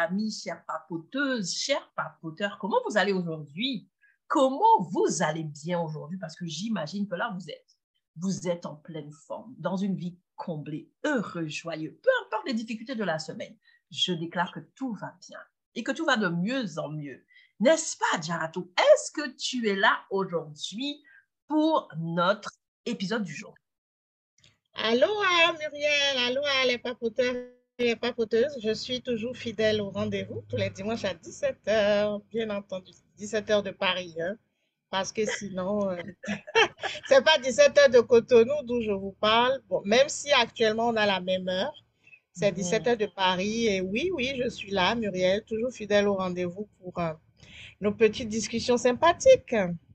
amis, chères papoteuses, chers papoteurs, comment vous allez aujourd'hui? Comment vous allez bien aujourd'hui? Parce que j'imagine que là, vous êtes en pleine forme, dans une vie comblée, heureux, joyeux, peu importe les difficultés de la semaine. Je déclare que tout va bien et que tout va de mieux en mieux. N'est-ce pas, Jaratou? Est-ce que tu es là aujourd'hui pour notre épisode du jour? Aloha Muriel, aloha les papoteurs et les papoteuses. Je suis toujours fidèle au rendez-vous tous les dimanches à 17h, bien entendu. 17h de Paris, hein, parce que sinon, c'est pas 17h de Cotonou d'où je vous parle. Bon, même si actuellement on a la même heure, c'est 17h de Paris. Et oui, oui, je suis là, Muriel, toujours fidèle au rendez-vous pour nos petites discussions sympathiques.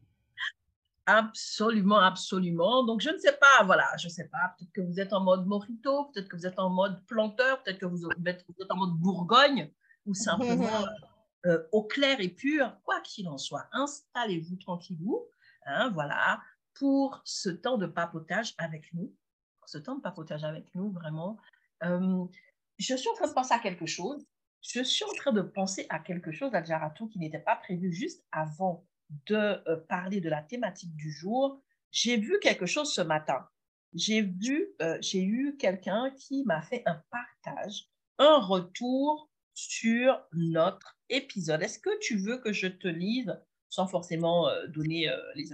Absolument, absolument. Donc, je ne sais pas, voilà, je ne sais pas, peut-être que vous êtes en mode mojito, peut-être que vous êtes en mode planteur, peut-être que vous êtes en mode Bourgogne, ou simplement au clair et pur, quoi qu'il en soit. Installez-vous tranquillou, hein, voilà, pour ce temps de papotage avec nous. Pour ce temps de papotage avec nous, vraiment. Euh, je suis en train de penser à quelque chose. Je suis en train de penser à quelque chose, à Jaratou, qui n'était pas prévu juste avant de parler de la thématique du jour. J'ai vu quelque chose ce matin. J'ai eu quelqu'un qui m'a fait un partage, un retour sur notre épisode. Est-ce que tu veux que je te lise, sans forcément donner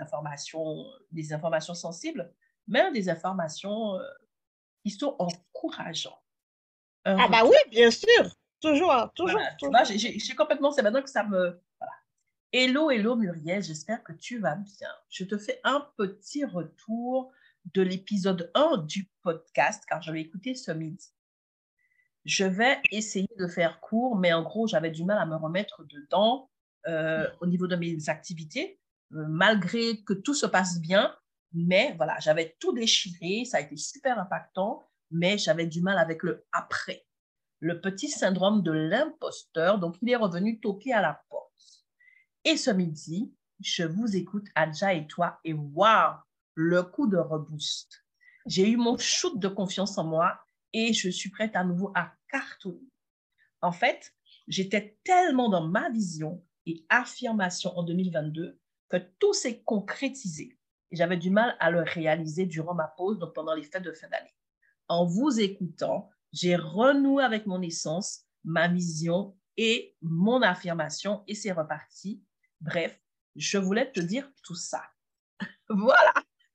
des informations sensibles, mais des informations qui sont encourageantes? Un Ah bah oui, retour. bien sûr. Toujours, Voilà, toujours, tu vois, toujours. j'ai complètement, c'est maintenant que ça me... Voilà. Hello, hello Muriel, j'espère que tu vas bien. Je te fais un petit retour de l'épisode 1 du podcast, car je l'ai écouté ce midi. Je vais essayer de faire court, mais en gros, j'avais du mal à me remettre dedans au niveau de mes activités, malgré que tout se passe bien. Mais voilà, j'avais tout déchiré, ça a été super impactant, mais j'avais du mal avec le après, le petit syndrome de l'imposteur. Donc, il est revenu toquer à la porte. Et ce midi, je vous écoute, Adja et toi, et waouh, le coup de reboost. J'ai eu mon shoot de confiance en moi et je suis prête à nouveau à cartonner. En fait, j'étais tellement dans ma vision et affirmation en 2022 que tout s'est concrétisé. Et j'avais du mal à le réaliser durant ma pause, donc pendant les fêtes de fin d'année. En vous écoutant, j'ai renoué avec mon essence, ma vision et mon affirmation et c'est reparti. Bref, je voulais te dire tout ça. Voilà.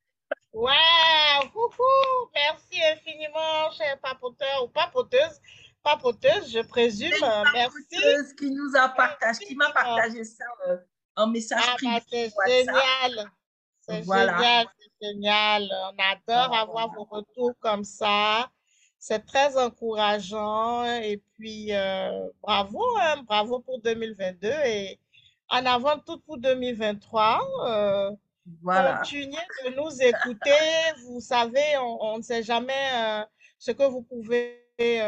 Waouh! Wouhou! Merci infiniment, cher papoteur ou papoteuse. Papoteuse, je présume. C'est une Merci papoteuse qui m'a infiniment. partagé ça en message Ah bah privé c'est sur WhatsApp. génial. C'est Voilà. génial, c'est génial. On adore avoir Voilà. vos retours comme ça. C'est très encourageant. Et puis, bravo, hein, bravo pour 2022 et en avant tout pour 2023. Voilà. Continuez de nous écouter. Vous savez, on ne sait jamais ce que vous pouvez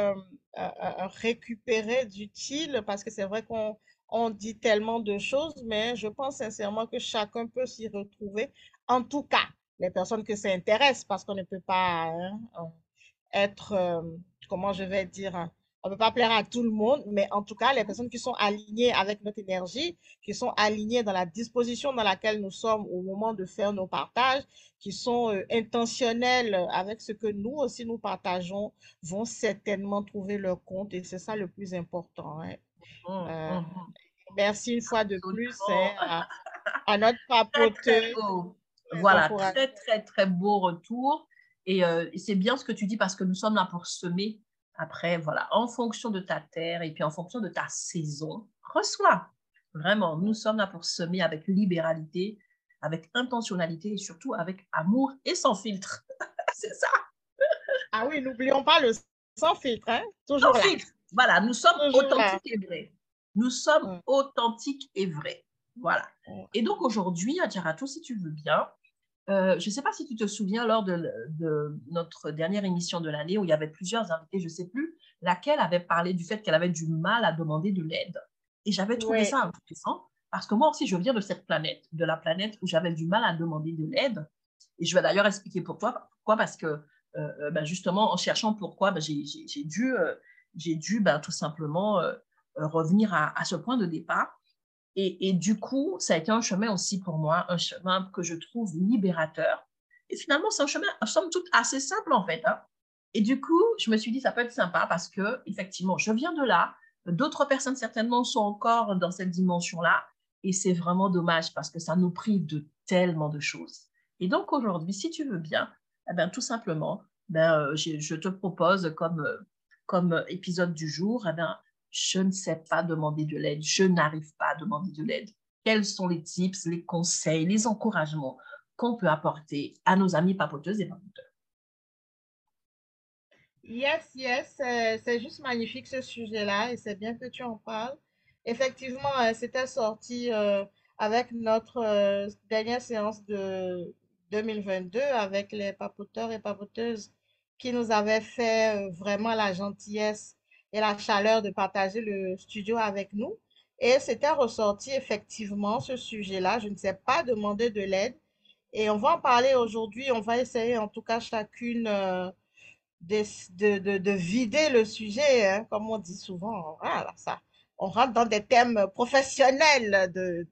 récupérer d'utile parce que c'est vrai qu'on dit tellement de choses, mais je pense sincèrement que chacun peut s'y retrouver. En tout cas, les personnes que ça intéresse parce qu'on ne peut pas être, comment je vais dire, on ne peut pas plaire à tout le monde, mais en tout cas, les personnes qui sont alignées avec notre énergie, qui sont alignées dans la disposition dans laquelle nous sommes au moment de faire nos partages, qui sont intentionnelles avec ce que nous aussi nous partageons, vont certainement trouver leur compte et c'est ça le plus important, hein. Euh, Mhm. Merci une fois de plus, hein, Absolument. à notre Très, très papoteuse, beau. très Voilà, encourageante. très, très, très beau retour. Et c'est bien ce que tu dis parce que nous sommes là pour semer. Après, voilà, en fonction de ta terre et puis en fonction de ta saison, reçois. Vraiment, nous sommes là pour semer avec libéralité, avec intentionnalité et surtout avec amour et sans filtre. C'est ça, Ah oui, n'oublions pas le sans filtre, hein, sans toujours là, filtre. Voilà, nous sommes toujours là. authentiques et vrais. Nous sommes Mm, authentiques et vrais. Voilà. mm. Et donc aujourd'hui, Adjaratou, si tu veux bien, je ne sais pas si tu te souviens lors de notre dernière émission de l'année où il y avait plusieurs invités, je ne sais plus laquelle avait parlé du fait qu'elle avait du mal à demander de l'aide. Et j'avais trouvé Oui, ça intéressant parce que moi aussi, je viens de cette planète, de la planète où j'avais du mal à demander de l'aide. Et je vais d'ailleurs expliquer pourquoi parce que ben justement, en cherchant pourquoi, ben j'ai dû ben, tout simplement revenir à ce point de départ. Et du coup, ça a été un chemin aussi pour moi, un chemin que je trouve libérateur. Et finalement, c'est un chemin, somme toute, assez simple en fait. Hein. Et du coup, je me suis dit, ça peut être sympa parce que, effectivement, je viens de là. D'autres personnes, certainement, sont encore dans cette dimension-là. Et c'est vraiment dommage parce que ça nous prive de tellement de choses. Et donc, aujourd'hui, si tu veux bien, eh ben, tout simplement, je te propose comme épisode du jour, eh ben, je ne sais pas demander de l'aide, je n'arrive pas à demander de l'aide. Quels sont les tips, les conseils, les encouragements qu'on peut apporter à nos amis papoteuses et papoteurs? Yes, yes, c'est juste magnifique ce sujet-là et c'est bien que tu en parles. Effectivement, c'était sorti avec notre dernière séance de 2022 avec les papoteurs et papoteuses qui nous avaient fait vraiment la gentillesse et la chaleur de partager le studio avec nous. Et c'était ressorti effectivement ce sujet-là. Je ne sais pas demander de l'aide et on va en parler aujourd'hui. On va essayer en tout cas chacune de, de vider le sujet, hein, comme on dit souvent. Voilà, ça. On rentre dans des thèmes professionnels,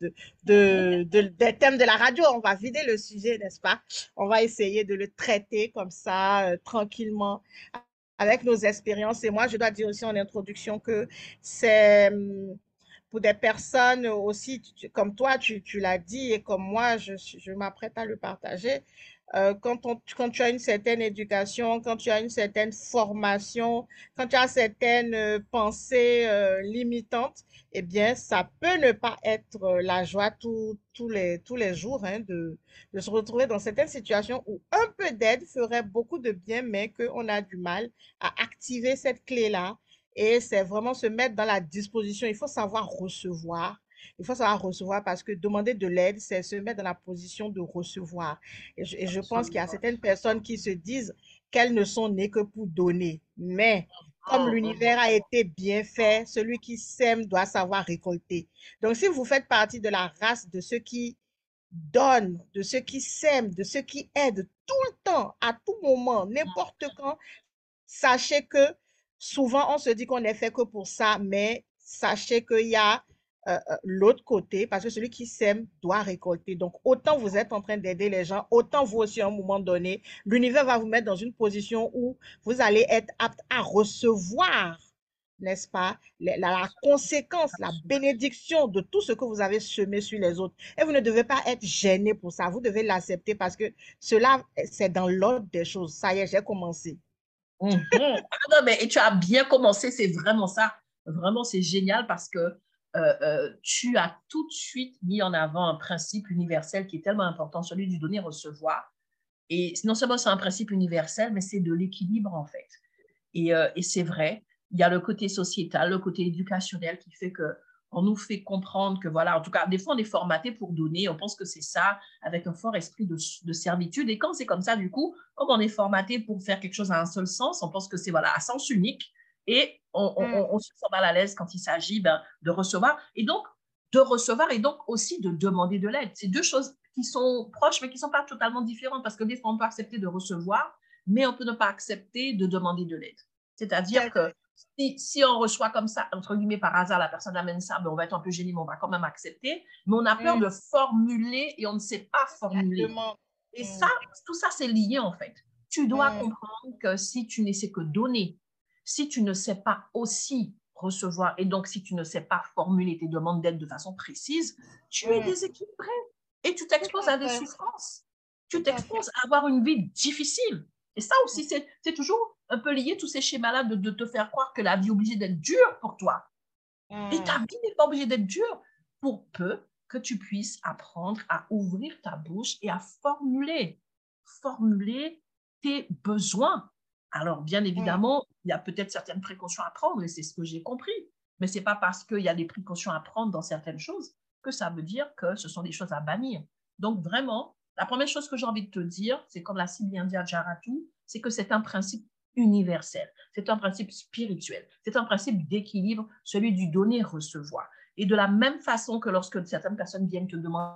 des thèmes de la radio. On va vider le sujet, n'est-ce pas? On va essayer de le traiter comme ça, tranquillement, avec nos expériences. Et moi, je dois dire aussi en introduction que c'est pour des personnes aussi, comme toi, tu l'as dit, et comme moi, je m'apprête à le partager. Quand tu as une certaine éducation, quand tu as une certaine formation, quand tu as certaines pensées limitantes, eh bien, ça peut ne pas être la joie tous les jours hein, de se retrouver dans certaines situations où un peu d'aide ferait beaucoup de bien, mais qu'on a du mal à activer cette clé-là. Et c'est vraiment se mettre dans la disposition. Il faut savoir recevoir. Il faut savoir recevoir parce que demander de l'aide, c'est se mettre dans la position de recevoir. Et je pense qu'il y a Absolument. certaines personnes qui se disent qu'elles ne sont nées que pour donner. Mais comme Hum, hum, l'univers a été bien fait, celui qui sème doit savoir récolter. Donc, si vous faites partie de la race de ceux qui donnent, de ceux qui sèment, de ceux qui aident tout le temps, à tout moment, n'importe quand, sachez que souvent on se dit qu'on n'est fait que pour ça, mais sachez qu'il y a l'autre côté, parce que celui qui sème doit récolter. Donc, autant vous êtes en train d'aider les gens, autant vous aussi, à un moment donné, l'univers va vous mettre dans une position où vous allez être apte à recevoir, n'est-ce pas, la conséquence, la bénédiction de tout ce que vous avez semé sur les autres. Et vous ne devez pas être gêné pour ça. Vous devez l'accepter parce que cela, c'est dans l'ordre des choses. Ça y est, j'ai commencé. hum. Ah non, mais et tu as bien commencé, c'est vraiment ça. Vraiment, c'est génial parce que tu as tout de suite mis en avant un principe universel qui est tellement important, celui du donner-recevoir. Et non seulement c'est un principe universel, mais c'est de l'équilibre en fait. Et c'est vrai, il y a le côté sociétal, le côté éducationnel qui fait que on nous fait comprendre que voilà, en tout cas, des fois on est formaté pour donner, on pense que c'est ça, avec un fort esprit de servitude. Et quand c'est comme ça, du coup, comme on est formaté pour faire quelque chose à un seul sens, on pense que c'est voilà, à sens unique. Et on se sent mal à l'aise quand il s'agit de recevoir. Et donc, de recevoir et donc aussi de demander de l'aide. C'est deux choses qui sont proches, mais qui ne sont pas totalement différentes parce que des fois, on peut accepter de recevoir, mais on peut ne pas accepter de demander de l'aide. C'est-à-dire C'est que si on reçoit comme ça, entre guillemets, par hasard, la personne amène ça, mais on va être un peu gêné, mais on va quand même accepter. Mais on a peur de formuler et on ne sait pas formuler. exactement. Et ça, Mm, tout ça, c'est lié en fait. Tu dois mm, comprendre que si tu n'essaies que donner, si tu ne sais pas aussi recevoir, et donc si tu ne sais pas formuler tes demandes d'aide de façon précise, tu es mm. déséquilibré et tu Tout t'exposes à à des fait, souffrances. Tu tout à fait. t'exposes à avoir une vie difficile. Et ça aussi, c'est toujours un peu lié, tous ces schémas-là, de te faire croire que la vie est obligée d'être dure pour toi. Et ta Mm, vie n'est pas obligée d'être dure pour peu que tu puisses apprendre à ouvrir ta bouche et à formuler tes besoins. Alors, bien mm, évidemment, il y a peut-être certaines précautions à prendre, et c'est ce que j'ai compris. Mais ce n'est pas parce qu'il y a des précautions à prendre dans certaines choses que ça veut dire que ce sont des choses à bannir. Donc, vraiment, la première chose que j'ai envie de te dire, c'est comme l'a si bien dit Adjaratou, c'est que c'est un principe universel. C'est un principe spirituel. C'est un principe d'équilibre, celui du donner-recevoir. Et de la même façon que lorsque certaines personnes viennent te demander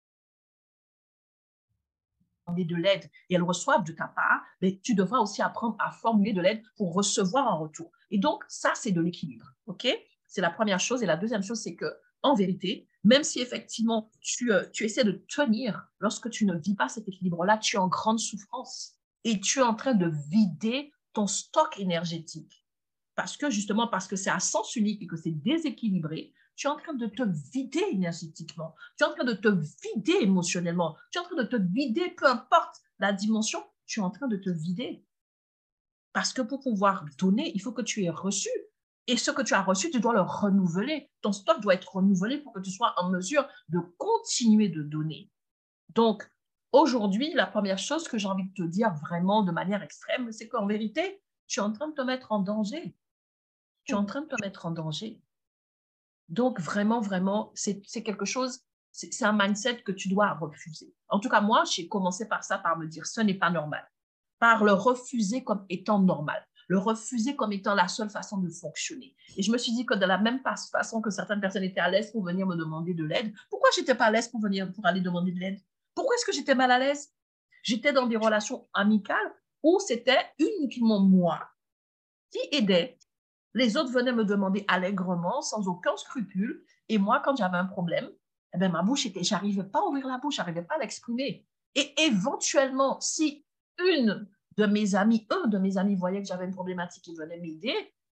de l'aide et elles reçoivent de ta part, mais tu devras aussi apprendre à formuler de l'aide pour recevoir en retour. Et donc, ça, c'est de l'équilibre. OK? C'est la première chose. Et la deuxième chose, c'est que, en vérité, même si effectivement tu essaies de tenir, lorsque tu ne vis pas cet équilibre-là, tu es en grande souffrance et tu es en train de vider ton stock énergétique. Parce que justement, parce que c'est à sens unique et que c'est déséquilibré, tu es en train de te vider énergétiquement, tu es en train de te vider émotionnellement, tu es en train de te vider, peu importe la dimension, tu es en train de te vider. Parce que pour pouvoir donner, il faut que tu aies reçu. Et ce que tu as reçu, tu dois le renouveler. Ton stock doit être renouvelé pour que tu sois en mesure de continuer de donner. Donc, aujourd'hui, la première chose que j'ai envie de te dire vraiment de manière extrême, c'est qu'en vérité, tu es en train de te mettre en danger. Tu es en train de te mettre en danger. Donc, vraiment, vraiment, c'est quelque chose, c'est un mindset que tu dois refuser. En tout cas, moi, j'ai commencé par ça, par me dire, ce n'est pas normal. Par le refuser comme étant normal. Le refuser comme étant la seule façon de fonctionner. Et je me suis dit que de la même façon que certaines personnes étaient à l'aise pour venir me demander de l'aide, pourquoi j'étais pas à l'aise pour aller demander de l'aide? Pourquoi est-ce que j'étais mal à l'aise? J'étais dans des relations amicales où c'était uniquement moi qui aidais. Les autres venaient me demander allègrement, sans aucun scrupule. Et moi, quand j'avais un problème, eh bien, ma bouche était, j'arrivais pas à ouvrir la bouche, j'arrivais pas à l'exprimer. Et éventuellement, si un de mes amis voyait que j'avais une problématique et venait m'aider,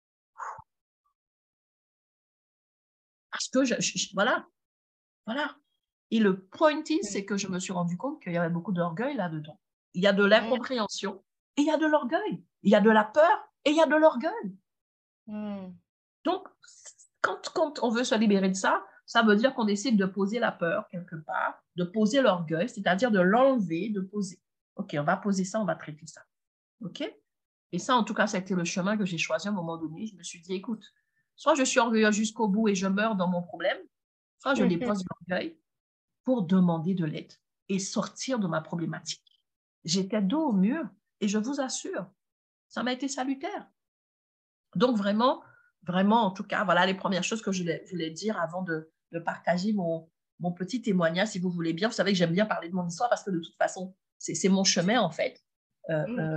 parce que voilà, voilà. Et le point is, c'est que je me suis rendu compte qu'il y avait beaucoup d'orgueil là-dedans. Il y a de Mm, l'incompréhension et il y a de l'orgueil. Il y a de la peur et il y a de l'orgueil. mm, Donc, quand on veut se libérer de ça, ça veut dire qu'on décide de poser la peur quelque part, de poser l'orgueil, c'est-à-dire de l'enlever, de poser. OK, on va poser ça, on va traiter ça. OK? Et ça, en tout cas, c'était le chemin que j'ai choisi à un moment donné. Je me suis dit, écoute, soit je suis orgueilleuse jusqu'au bout et je meurs dans mon problème, soit je mm. dépose l'orgueil pour demander de l'aide et sortir de ma problématique. J'étais dos au mur et je vous assure, ça m'a été salutaire. Donc, vraiment, vraiment, en tout cas, voilà les premières choses que je voulais dire avant de partager mon petit témoignage, si vous voulez bien. Vous savez que j'aime bien parler de mon histoire parce que de toute façon, c'est mon chemin, en fait. Mm.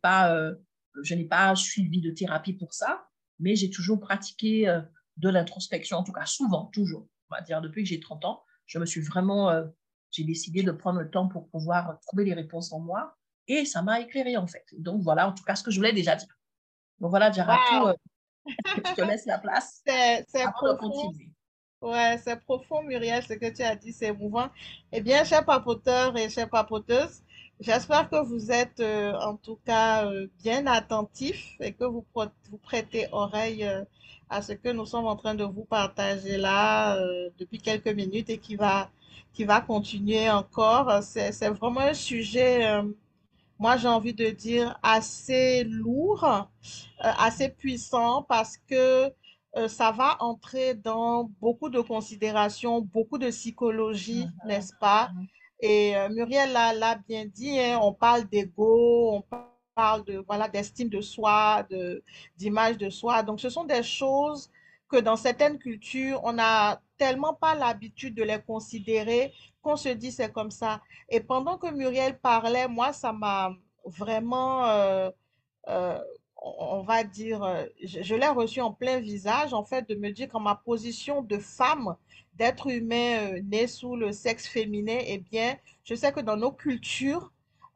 Je n'ai pas suivi de thérapie pour ça, mais j'ai toujours pratiqué de l'introspection, en tout cas souvent, toujours. On va dire, depuis que j'ai 30 ans, je me suis vraiment, j'ai décidé de prendre le temps pour pouvoir trouver les réponses en moi et ça m'a éclairé, en fait. Donc, voilà, en tout cas, ce que je voulais déjà dire. Donc voilà, Jaratou, Wow, je te laisse la place c'est avant de profond. continuer. Ouais, c'est profond, Muriel, ce que tu as dit, c'est émouvant. Eh bien, chers papoteurs et chères papoteuses, j'espère que vous êtes en tout cas bien attentifs et que vous prêtez oreille à ce que nous sommes en train de vous partager là depuis quelques minutes et qui va continuer encore. C'est vraiment un sujet, moi j'ai envie de dire, assez lourd, assez puissant parce que ça va entrer dans beaucoup de considérations, beaucoup de psychologie, Mhm, n'est-ce pas? mhm, Et Muriel l'a bien dit, hein, on parle d'ego, on parle de voilà d'estime de soi, d'image de soi. Donc ce sont des choses que dans certaines cultures, on n'a tellement pas l'habitude de les considérer qu'on se dit c'est comme ça. Et pendant que Muriel parlait, moi, ça m'a vraiment euh, on va dire, je l'ai reçu en plein visage, en fait, de me dire qu'en ma position de femme, d'être humain né sous le sexe féminin, eh bien, je sais que dans nos cultures,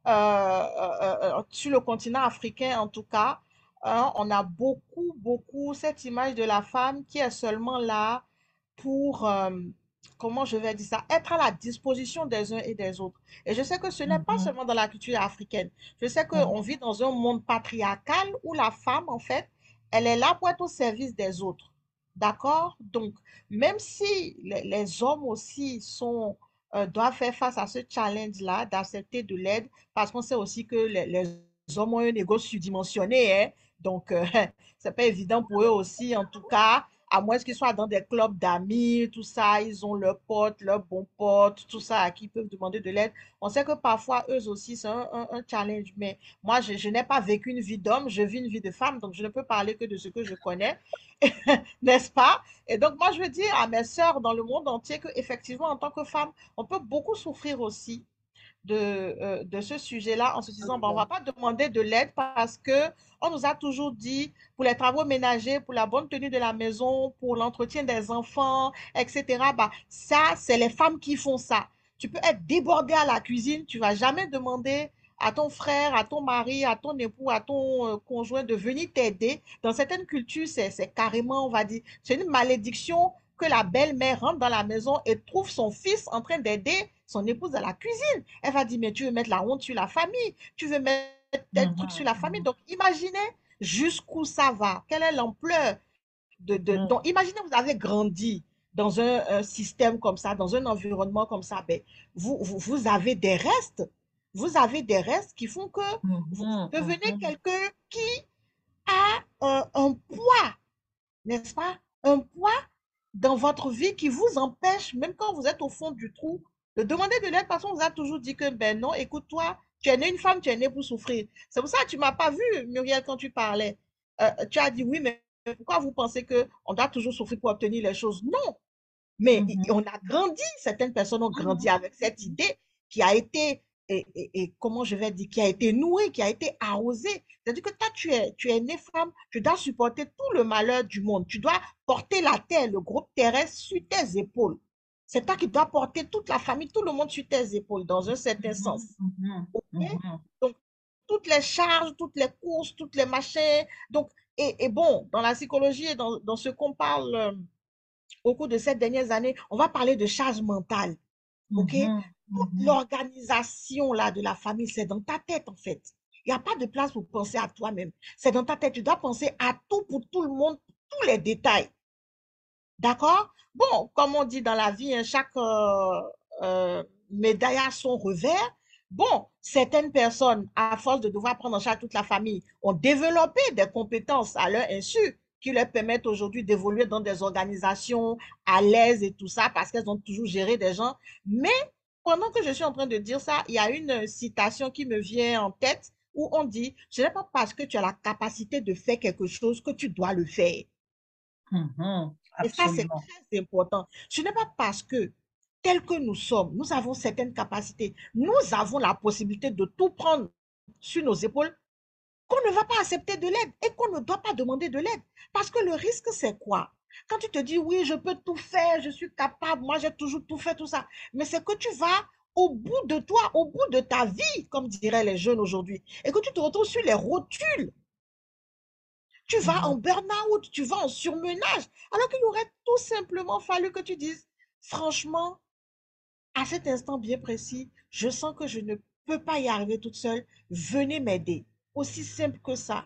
sur le continent africain en tout cas, hein, on a beaucoup cette image de la femme qui est seulement là pour, comment je vais dire ça, être à la disposition des uns et des autres. Et je sais que ce n'est pas mhm, seulement dans la culture africaine. Je sais qu'on mhm, vit dans un monde patriarcal où la femme, en fait, elle est là pour être au service des autres. D'accord? Donc, même si les hommes aussi doivent faire face à ce challenge-là, d'accepter de l'aide, parce qu'on sait aussi que les hommes ont un ego surdimensionné, hein. Donc, c'est pas évident pour eux aussi, en tout cas, à moins qu'ils soient dans des clubs d'amis, tout ça, ils ont leurs potes, leurs bons potes, tout ça, à qui ils peuvent demander de l'aide. On sait que parfois, eux aussi, c'est un challenge. Mais moi, je n'ai pas vécu une vie d'homme, je vis une vie de femme, donc je ne peux parler que de ce que je connais, n'est-ce pas? Et donc, moi, je veux dire à mes sœurs dans le monde entier qu'effectivement, en tant que femme, on peut beaucoup souffrir aussi de ce sujet-là en se disant, bon, on ne va pas demander de l'aide parce qu'on nous a toujours dit, pour les travaux ménagers, pour la bonne tenue de la maison, pour l'entretien des enfants, etc., bah, ça, c'est les femmes qui font ça. Tu peux être débordé à la cuisine, tu ne vas jamais demander à ton frère, à ton mari, à ton époux, à ton conjoint de venir t'aider. Dans certaines cultures, c'est carrément, on va dire, c'est une malédiction que la belle-mère rentre dans la maison et trouve son fils en train d'aider son épouse à la cuisine. Elle va dire, mais tu veux mettre la honte sur la famille, tu veux mettre tel truc sur la famille. Donc, imaginez jusqu'où ça va, quelle est l'ampleur donc, imaginez, vous avez grandi dans un système comme ça, dans un environnement comme ça, ben, vous avez des restes. Vous avez des restes qui font que vous devenez quelqu'un qui a un poids, n'est-ce pas? Un poids dans votre vie qui vous empêche, même quand vous êtes au fond du trou, de demander de l'aide parce qu'on vous a toujours dit que, ben non, écoute-toi, tu es née une femme, tu es née pour souffrir. C'est pour ça que tu ne m'as pas vu, Muriel, quand tu parlais. Tu as dit oui, mais pourquoi vous pensez qu'on doit toujours souffrir pour obtenir les choses? Non, mais on a grandi, certaines personnes ont grandi avec cette idée qui a été, et comment je vais dire, qui a été nourrie, qui a été arrosée. C'est-à-dire que toi, tu es née femme, tu dois supporter tout le malheur du monde. Tu dois porter la terre, le groupe terrestre sur tes épaules. C'est toi qui dois porter toute la famille, tout le monde sur tes épaules, dans un certain sens. OK? Donc, toutes les charges, toutes les courses, toutes les machins. Donc, et bon, dans la psychologie et dans ce qu'on parle au cours de ces dernières années, on va parler de charge mentale. OK? Toute l'organisation là de la famille, c'est dans ta tête en fait. Il n'y a pas de place pour penser à toi-même. C'est dans ta tête. Tu dois penser à tout pour tout le monde, tous les détails. D'accord? Bon, comme on dit dans la vie, hein, chaque médaille a son revers. Bon, certaines personnes, à force de devoir prendre en charge toute la famille, ont développé des compétences à leur insu qui leur permettent aujourd'hui d'évoluer dans des organisations à l'aise et tout ça parce qu'elles ont toujours géré des gens. Mais pendant que je suis en train de dire ça, il y a une citation qui me vient en tête où on dit, ce n'est pas parce que tu as la capacité de faire quelque chose que tu dois le faire. Et ça, c'est Absolument. très important. Ce n'est pas parce que, tel que nous sommes, nous avons certaines capacités, nous avons la possibilité de tout prendre sur nos épaules, qu'on ne va pas accepter de l'aide et qu'on ne doit pas demander de l'aide. Parce que le risque, c'est quoi? Quand tu te dis, oui, je peux tout faire, je suis capable, moi, j'ai toujours tout fait, tout ça. Mais c'est que tu vas au bout de toi, au bout de ta vie, comme diraient les jeunes aujourd'hui, et que tu te retrouves sur les rotules. Tu vas en burn-out, tu vas en surmenage, alors qu'il aurait tout simplement fallu que tu dises, franchement, à cet instant bien précis, je sens que je ne peux pas y arriver toute seule, venez m'aider. Aussi simple que ça,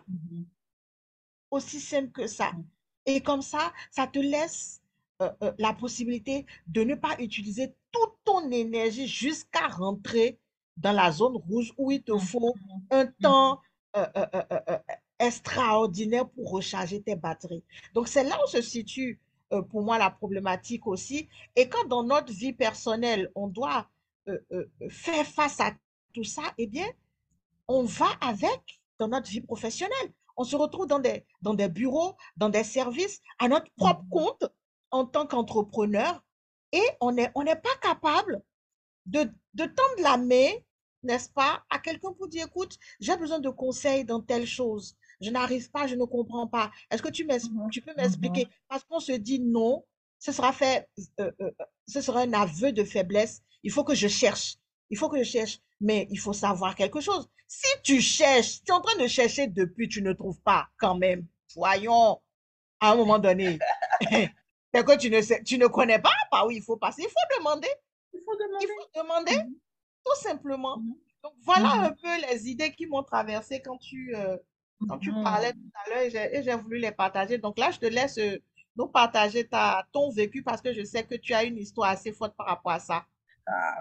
aussi simple que ça. Et comme ça te laisse la possibilité de ne pas utiliser toute ton énergie jusqu'à rentrer dans la zone rouge où il te faut un temps euh, euh, euh, euh, euh, extraordinaire pour recharger tes batteries. Donc, c'est là où se situe pour moi la problématique aussi. Et quand dans notre vie personnelle, on doit faire face à tout ça, eh bien, on va avec dans notre vie professionnelle. On se retrouve dans des bureaux, dans des services, à notre propre compte en tant qu'entrepreneur et on n'est pas capable de tendre la main, n'est-ce pas, à quelqu'un pour dire, écoute, j'ai besoin de conseils dans telle chose. Je n'arrive pas, je ne comprends pas. Est-ce que tu peux m'expliquer? Parce qu'on se dit non, ce sera fait, ce sera un aveu de faiblesse. Il faut que je cherche. Il faut que je cherche. Mais il faut savoir quelque chose. Si tu cherches, tu es en train de chercher depuis, tu ne trouves pas quand même. Voyons, à un moment donné, c'est que tu ne connais pas par où il faut passer. Il faut demander. Il faut Il demander. faut demander tout simplement. Mhm. Donc, voilà un Mhm. peu les idées qui m'ont traversé quand tu parlais Mhm. tout à l'heure et j'ai voulu les partager. Donc là, je te laisse nous partager ton vécu parce que je sais que tu as une histoire assez forte par rapport à ça. Ah.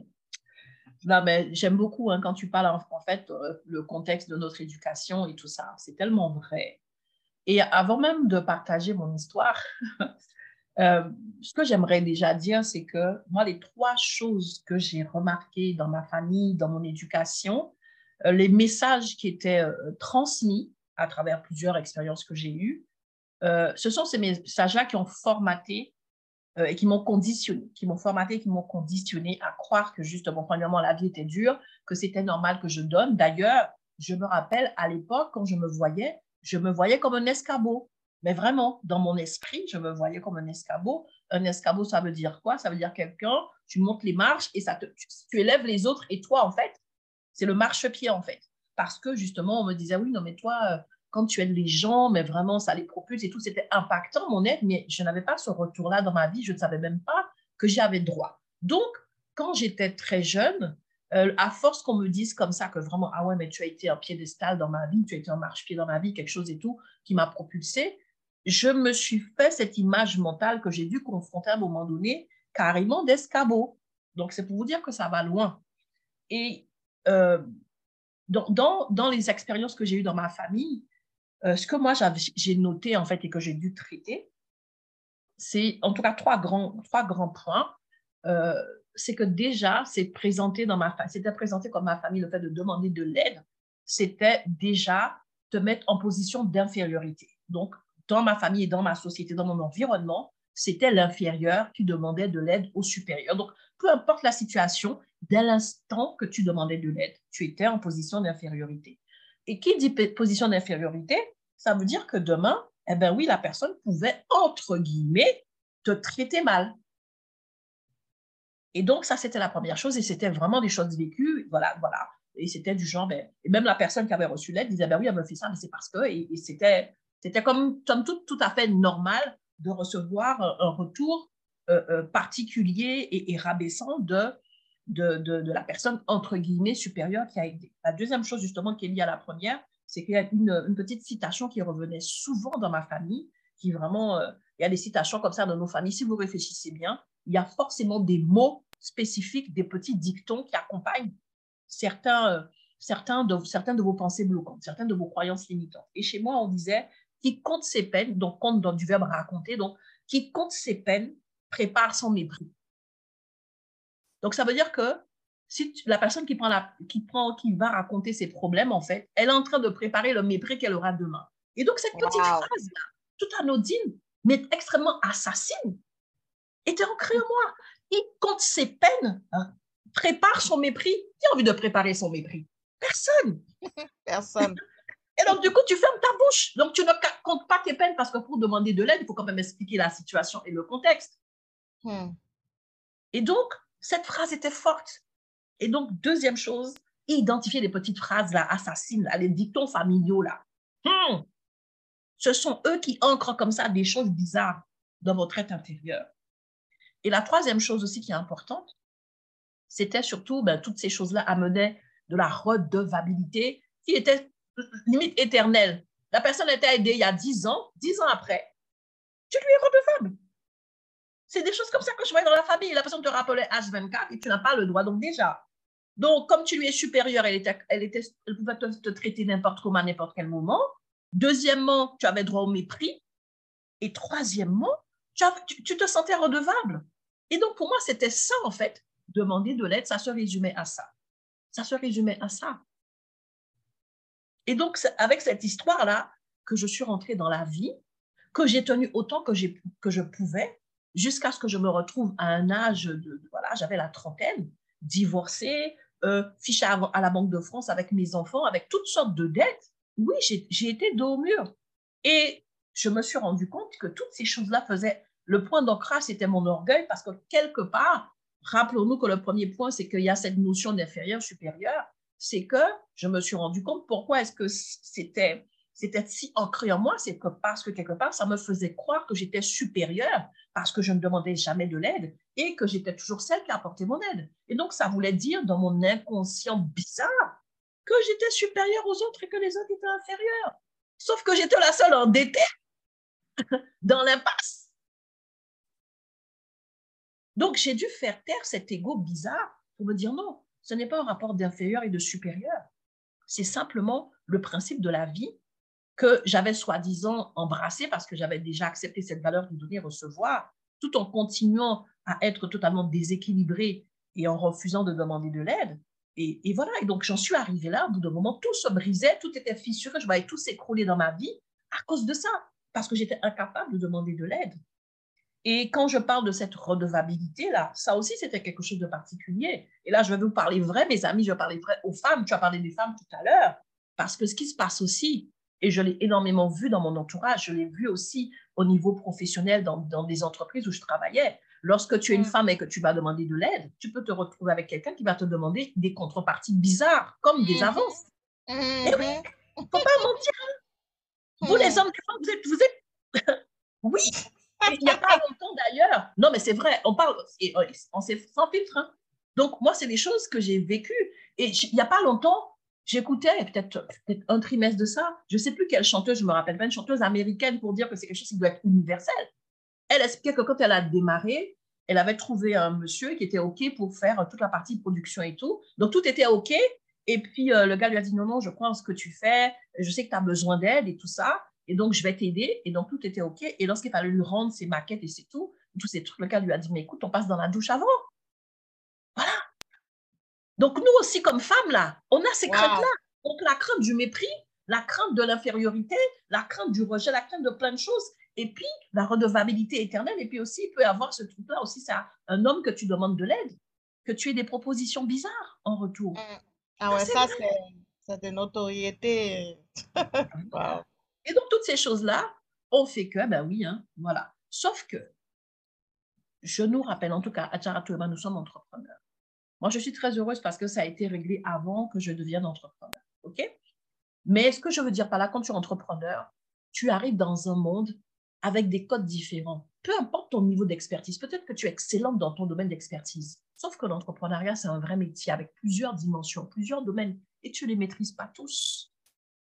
Non, mais j'aime beaucoup hein, quand tu parles en fait le contexte de notre éducation et tout ça. C'est tellement vrai. Et avant même de partager mon histoire, ce que j'aimerais déjà dire, c'est que moi, les trois choses que j'ai remarquées dans ma famille, dans mon éducation, les messages qui étaient transmis à travers plusieurs expériences que j'ai eues, ce sont ces messages-là qui ont formaté et qui m'ont conditionné, qui m'ont formaté, qui m'ont conditionné à croire que justement, premièrement, la vie était dure, que c'était normal que je donne. D'ailleurs, je me rappelle à l'époque, quand je me voyais comme un escabeau. Mais vraiment, dans mon esprit, je me voyais comme un escabeau. Un escabeau, ça veut dire quoi? Ça veut dire quelqu'un, tu montes les marches et tu élèves les autres. Et toi, en fait, c'est le marchepied, en fait. Parce que justement, on me disait, oui, non, mais toi, quand tu aides les gens, mais vraiment, ça les propulse et tout, c'était impactant, mon aide, mais je n'avais pas ce retour-là dans ma vie. Je ne savais même pas que j'avais droit. Donc, quand j'étais très jeune, à force qu'on me dise comme ça que vraiment, ah ouais, mais tu as été un piédestal dans ma vie, tu as été un marchepied dans ma vie, quelque chose et tout, qui m'a propulsé, je me suis fait cette image mentale que j'ai dû confronter à un moment donné, carrément d'escabeau. Donc, c'est pour vous dire que ça va loin. Et euh, dans les expériences que j'ai eues dans ma famille, ce que moi j'ai noté en fait et que j'ai dû traiter, c'est en tout cas trois grands points. Euh, c'est que déjà, c'était présenté comme ma famille, le fait de demander de l'aide, c'était déjà te mettre en position d'infériorité. Donc, dans ma famille et dans ma société, dans mon environnement, c'était l'inférieur qui demandait de l'aide au supérieur. Donc, peu importe la situation, dès l'instant que tu demandais de l'aide, tu étais en position d'infériorité. Et qui dit position d'infériorité, ça veut dire que demain, eh bien oui, la personne pouvait, entre guillemets, te traiter mal. Et donc, ça, c'était la première chose et c'était vraiment des choses vécues. Voilà, voilà. Et c'était du genre, ben, et même la personne qui avait reçu l'aide disait, ben oui, elle me fait ça, mais c'est parce que, et c'était comme tout à fait normal de recevoir un retour particulier et rabaissant de la personne, entre guillemets, supérieure qui a aidé. La deuxième chose, justement, qui est liée à la première, c'est qu'il y a une petite citation qui revenait souvent dans ma famille, qui vraiment, il y a des citations comme ça dans nos familles. Si vous réfléchissez bien, il y a forcément des mots spécifiques, des petits dictons qui accompagnent certaines de vos pensées bloquantes, certaines de vos croyances limitantes. Et chez moi, on disait, qui compte ses peines, donc compte dans du verbe raconter, donc qui compte ses peines prépare son mépris. Donc, ça veut dire que si la personne qui va raconter ses problèmes, en fait, elle est en train de préparer le mépris qu'elle aura demain. Et donc, cette petite Wow. phrase-là, toute anodine, mais extrêmement assassine, était ancrée en moi. Il compte ses peines, hein, prépare son mépris. Qui a envie de préparer son mépris? Personne. Personne. Et donc, du coup, tu fermes ta bouche. Donc, tu ne comptes pas tes peines parce que pour demander de l'aide, il faut quand même expliquer la situation et le contexte. Et donc, cette phrase était forte. Et donc, deuxième chose, identifier les petites phrases là, assassines, là, les dictons familiaux là. Ce sont eux qui ancrent comme ça des choses bizarres dans votre être intérieur. Et la troisième chose aussi qui est importante, c'était surtout, toutes ces choses-là amenaient de la redevabilité qui était limite éternelle. La personne était aidée il y a 10 ans, 10 ans après, tu lui es redevable. C'est des choses comme ça que je voyais dans la famille. La personne te rappelait H24 et tu n'as pas le droit. Donc déjà, donc comme tu lui es supérieur, elle pouvait te traiter n'importe comment à n'importe quel moment. Deuxièmement, tu avais droit au mépris. Et troisièmement, tu te sentais redevable. Et donc pour moi, c'était ça en fait. Demander de l'aide, ça se résumait à ça. Ça se résumait à ça. Et donc, avec cette histoire-là, que je suis rentrée dans la vie, que j'ai tenu autant que je pouvais, jusqu'à ce que je me retrouve à un âge voilà, j'avais la trentaine, divorcée, fichée à la Banque de France avec mes enfants, avec toutes sortes de dettes. Oui, j'ai été dos au mur. Et je me suis rendu compte que toutes ces choses-là faisaient, le point d'ancrage, c'était mon orgueil, parce que quelque part, rappelons-nous que le premier point, c'est qu'il y a cette notion d'inférieur, supérieur, c'est que je me suis rendu compte pourquoi est-ce que c'était si ancré en moi, c'est que parce que quelque part, ça me faisait croire que j'étais supérieure parce que je ne demandais jamais de l'aide et que j'étais toujours celle qui apportait mon aide. Et donc, ça voulait dire dans mon inconscient bizarre que j'étais supérieure aux autres et que les autres étaient inférieurs. Sauf que j'étais la seule endettée dans l'impasse. Donc, j'ai dû faire taire cet ego bizarre pour me dire non, ce n'est pas un rapport d'inférieur et de supérieur. C'est simplement le principe de la vie que j'avais soi-disant embrassé parce que j'avais déjà accepté cette valeur de donner-recevoir, tout en continuant à être totalement déséquilibré et en refusant de demander de l'aide. Et voilà, et donc j'en suis arrivée là, au bout d'un moment, tout se brisait, tout était fissuré, je voyais tout s'écrouler dans ma vie à cause de ça, parce que j'étais incapable de demander de l'aide. Et quand je parle de cette redevabilité-là, ça aussi, c'était quelque chose de particulier. Et là, je vais vous parler vrai, mes amis, je vais parler vrai aux femmes. Tu as parlé des femmes tout à l'heure. Parce que ce qui se passe aussi, et je l'ai énormément vu dans mon entourage, je l'ai vu aussi au niveau professionnel dans des entreprises où je travaillais. Lorsque tu es une femme et que tu vas demander de l'aide, tu peux te retrouver avec quelqu'un qui va te demander des contreparties bizarres, comme des avances. Et oui, Mhm. il ne faut pas mentir. Vous, les hommes, des fois, vous êtes... Oui, et il n'y a pas longtemps d'ailleurs. Non, mais c'est vrai, on parle, on s'est sans filtre. Hein. Donc, moi, c'est des choses que j'ai vécues. Et il n'y a pas longtemps, j'écoutais peut-être un trimestre de ça. Je ne sais plus quelle chanteuse, je me rappelle pas, une chanteuse américaine pour dire que c'est quelque chose qui doit être universel. Elle expliquait que quand elle a démarré, elle avait trouvé un monsieur qui était OK pour faire toute la partie de production et tout. Donc, tout était OK. Et puis, le gars lui a dit, non, non, je crois en ce que tu fais. Je sais que tu as besoin d'aide et tout ça. Et donc, je vais t'aider. Et donc, tout était OK. Et lorsqu'il fallait lui rendre ses maquettes et c'est tout, tous ces trucs, le gars lui a dit, mais écoute, on passe dans la douche avant. Voilà. Donc, nous aussi, comme femmes, là, on a ces craintes-là. Wow. Donc, la crainte du mépris, la crainte de l'infériorité, la crainte du rejet, la crainte de plein de choses. Et puis, la redevabilité éternelle. Et puis aussi, il peut y avoir ce truc-là aussi, c'est un homme que tu demandes de l'aide, que tu aies des propositions bizarres en retour. Mm. Ah Ça, ouais, c'est ça, vrai. c'est de notoriété. Wow. Et donc, toutes ces choses-là ont fait que, ben oui, hein, voilà. Sauf que, je nous rappelle, en tout cas, à Charatouma, nous sommes entrepreneurs. Moi, je suis très heureuse parce que ça a été réglé avant que je devienne entrepreneur. OK? Mais ce que je veux dire par là, quand tu es entrepreneur, tu arrives dans un monde avec des codes différents. Peu importe ton niveau d'expertise, peut-être que tu es excellente dans ton domaine d'expertise. Sauf que l'entrepreneuriat, c'est un vrai métier avec plusieurs dimensions, plusieurs domaines, et tu ne les maîtrises pas tous.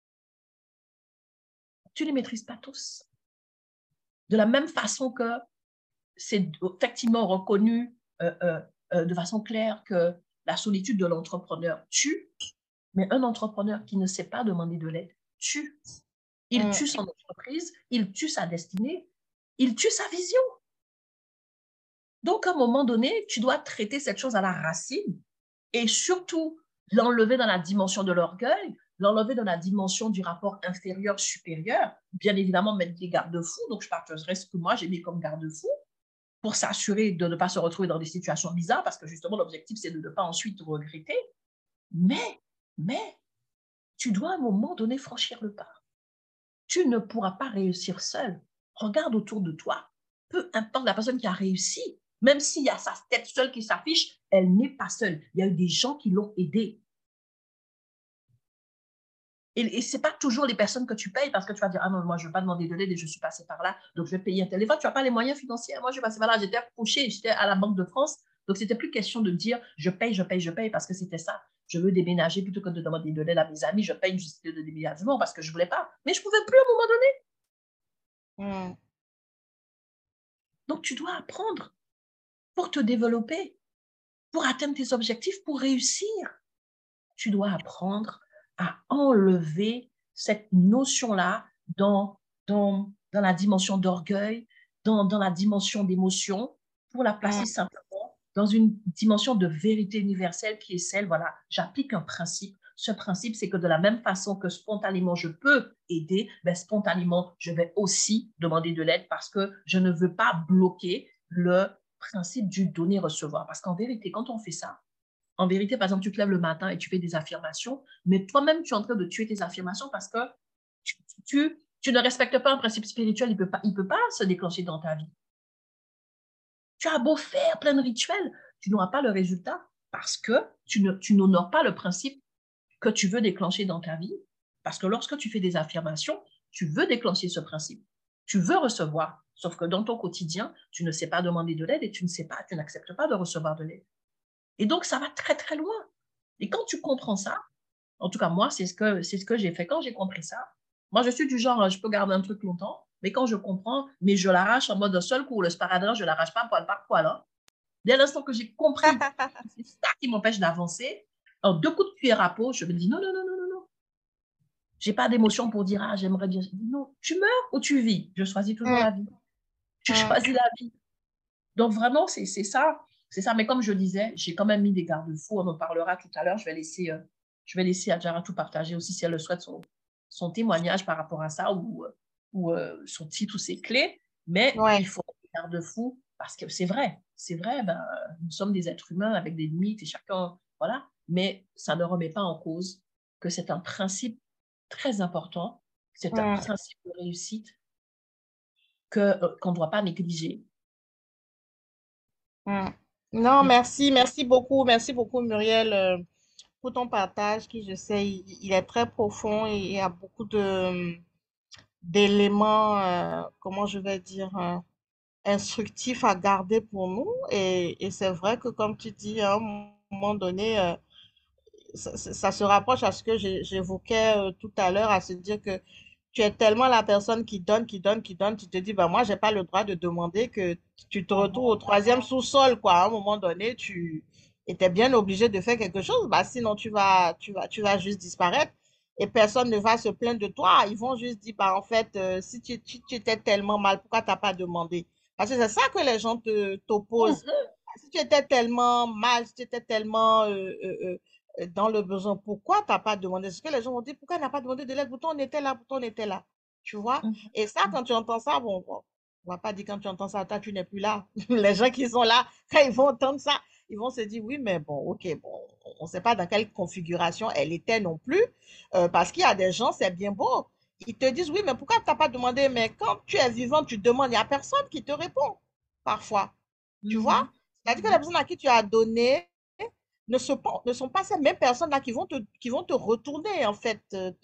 Tu ne les maîtrises pas tous. De la même façon que c'est effectivement reconnu de façon claire que la solitude de l'entrepreneur tue, mais un entrepreneur qui ne sait pas demander de l'aide tue. Il Mm. tue son entreprise, il tue sa destinée, il tue sa vision. Donc, à un moment donné, tu dois traiter cette chose à la racine et surtout l'enlever dans la dimension de l'orgueil, l'enlever dans la dimension du rapport inférieur-supérieur. Bien évidemment, mettre des garde-fous. Donc, je partagerai ce que moi j'ai mis comme garde-fous pour s'assurer de ne pas se retrouver dans des situations bizarres parce que justement, l'objectif, c'est de ne pas ensuite regretter. Mais, tu dois à un moment donné franchir le pas. Tu ne pourras pas réussir seul. Regarde autour de toi. Peu importe la personne qui a réussi, même s'il y a sa tête seule qui s'affiche, elle n'est pas seule. Il y a eu des gens qui l'ont aidée. Et ce n'est pas toujours les personnes que tu payes parce que tu vas dire, ah non, moi, je ne veux pas demander de l'aide et je suis passée par là, donc je vais payer un téléphone. Tu n'as pas les moyens financiers. Moi, je suis passée par là, j'étais accrochée, j'étais à la Banque de France. Donc, ce n'était plus question de dire, je paye, je paye, je paye parce que c'était ça. Je veux déménager plutôt que de demander de l'aide à mes amis. Je paye une justité de déménagement parce que je ne voulais pas. Mais je ne pouvais plus à un moment donné. Mm. Donc, tu dois apprendre pour te développer, pour atteindre tes objectifs, pour réussir. Tu dois apprendre à enlever cette notion-là dans la dimension d'orgueil, dans la dimension d'émotion, pour la placer Mm. simplement dans une dimension de vérité universelle qui est celle, voilà, j'applique un principe. Ce principe, c'est que de la même façon que spontanément je peux aider, ben spontanément, je vais aussi demander de l'aide parce que je ne veux pas bloquer le principe du donner-recevoir. Parce qu'en vérité, quand on fait ça, en vérité, par exemple, tu te lèves le matin et tu fais des affirmations, mais toi-même, tu es en train de tuer tes affirmations parce que tu ne respectes pas un principe spirituel, il peut pas se déclencher dans ta vie. Tu as beau faire plein de rituels, tu n'auras pas le résultat parce que tu n'honores pas le principe que tu veux déclencher dans ta vie. Parce que lorsque tu fais des affirmations, tu veux déclencher ce principe. Tu veux recevoir. Sauf que dans ton quotidien, tu ne sais pas demander de l'aide et tu n'acceptes pas de recevoir de l'aide. Et donc, ça va très, très loin. Et quand tu comprends ça, en tout cas, moi, c'est ce que j'ai fait quand j'ai compris ça. Moi, je suis du genre, je peux garder un truc longtemps, mais quand je comprends, mais je l'arrache en mode un seul coup. Le sparadrap, je ne l'arrache pas poil par poil. Hein. Dès l'instant que j'ai compris que c'est ça qui m'empêche d'avancer, en deux coups de cuillère à peau, je me dis non, non, non, non, non, non. Je n'ai pas d'émotion pour dire, ah, j'aimerais bien. Non, tu meurs ou tu vis? Je choisis toujours Mm. la vie. Je Mm. choisis la vie. Donc, vraiment, c'est ça. C'est ça. Mais comme je disais, j'ai quand même mis des garde-fous. On en parlera tout à l'heure. Je vais laisser Adjara tout partager aussi si elle le souhaite son témoignage par rapport à ça ou son titre ou ses clés. Mais Ouais. il faut garde-fous, parce que c'est vrai, ben, nous sommes des êtres humains avec des limites et chacun, voilà, mais ça ne remet pas en cause que c'est un principe très important, c'est un Mm, principe de réussite qu'on ne doit pas négliger. mm. Non, Mm. merci beaucoup Muriel pour ton partage qui, je sais, il est très profond et il y a beaucoup d'éléments, comment je vais dire, instructifs à garder pour nous. Et c'est vrai que, comme tu dis, à un moment donné, ça se rapproche à ce que j'évoquais tout à l'heure, à se dire que tu es tellement la personne qui donne, qui donne, qui donne, tu te dis, bah, moi, j'ai pas le droit de demander que tu te retrouves au troisième sous-sol, quoi. À un moment donné, tu étais bien obligé de faire quelque chose, bah, sinon tu vas juste disparaître et personne ne va se plaindre de toi. Ils vont juste dire, bah, en fait, si tu étais tellement mal, pourquoi t'as pas demandé? Parce que c'est ça que les gens t'opposent. Mhm. Si tu étais tellement mal, si tu étais tellement dans le besoin, pourquoi tu n'as pas demandé? Ce que les gens vont dire, pourquoi elle n'a pas demandé de l'aide? Pourtant, on était là, pourtant, on était là. Tu vois? Mhm. Et ça, quand tu entends ça, bon, on va pas dire quand tu entends ça, toi, tu n'es plus là. Les gens qui sont là, quand ils vont entendre ça, ils vont se dire, oui, mais bon, ok, bon, on ne sait pas dans quelle configuration elle était non plus. Parce qu'il y a des gens, c'est bien beau. Ils te disent, oui, mais pourquoi tu n'as pas demandé? Mais quand tu es vivant, tu demandes, il n'y a personne qui te répond, parfois. Tu vois? Mhm. C'est-à-dire que les personnes à qui tu as donné ne sont pas ces mêmes personnes-là qui vont te retourner, en fait,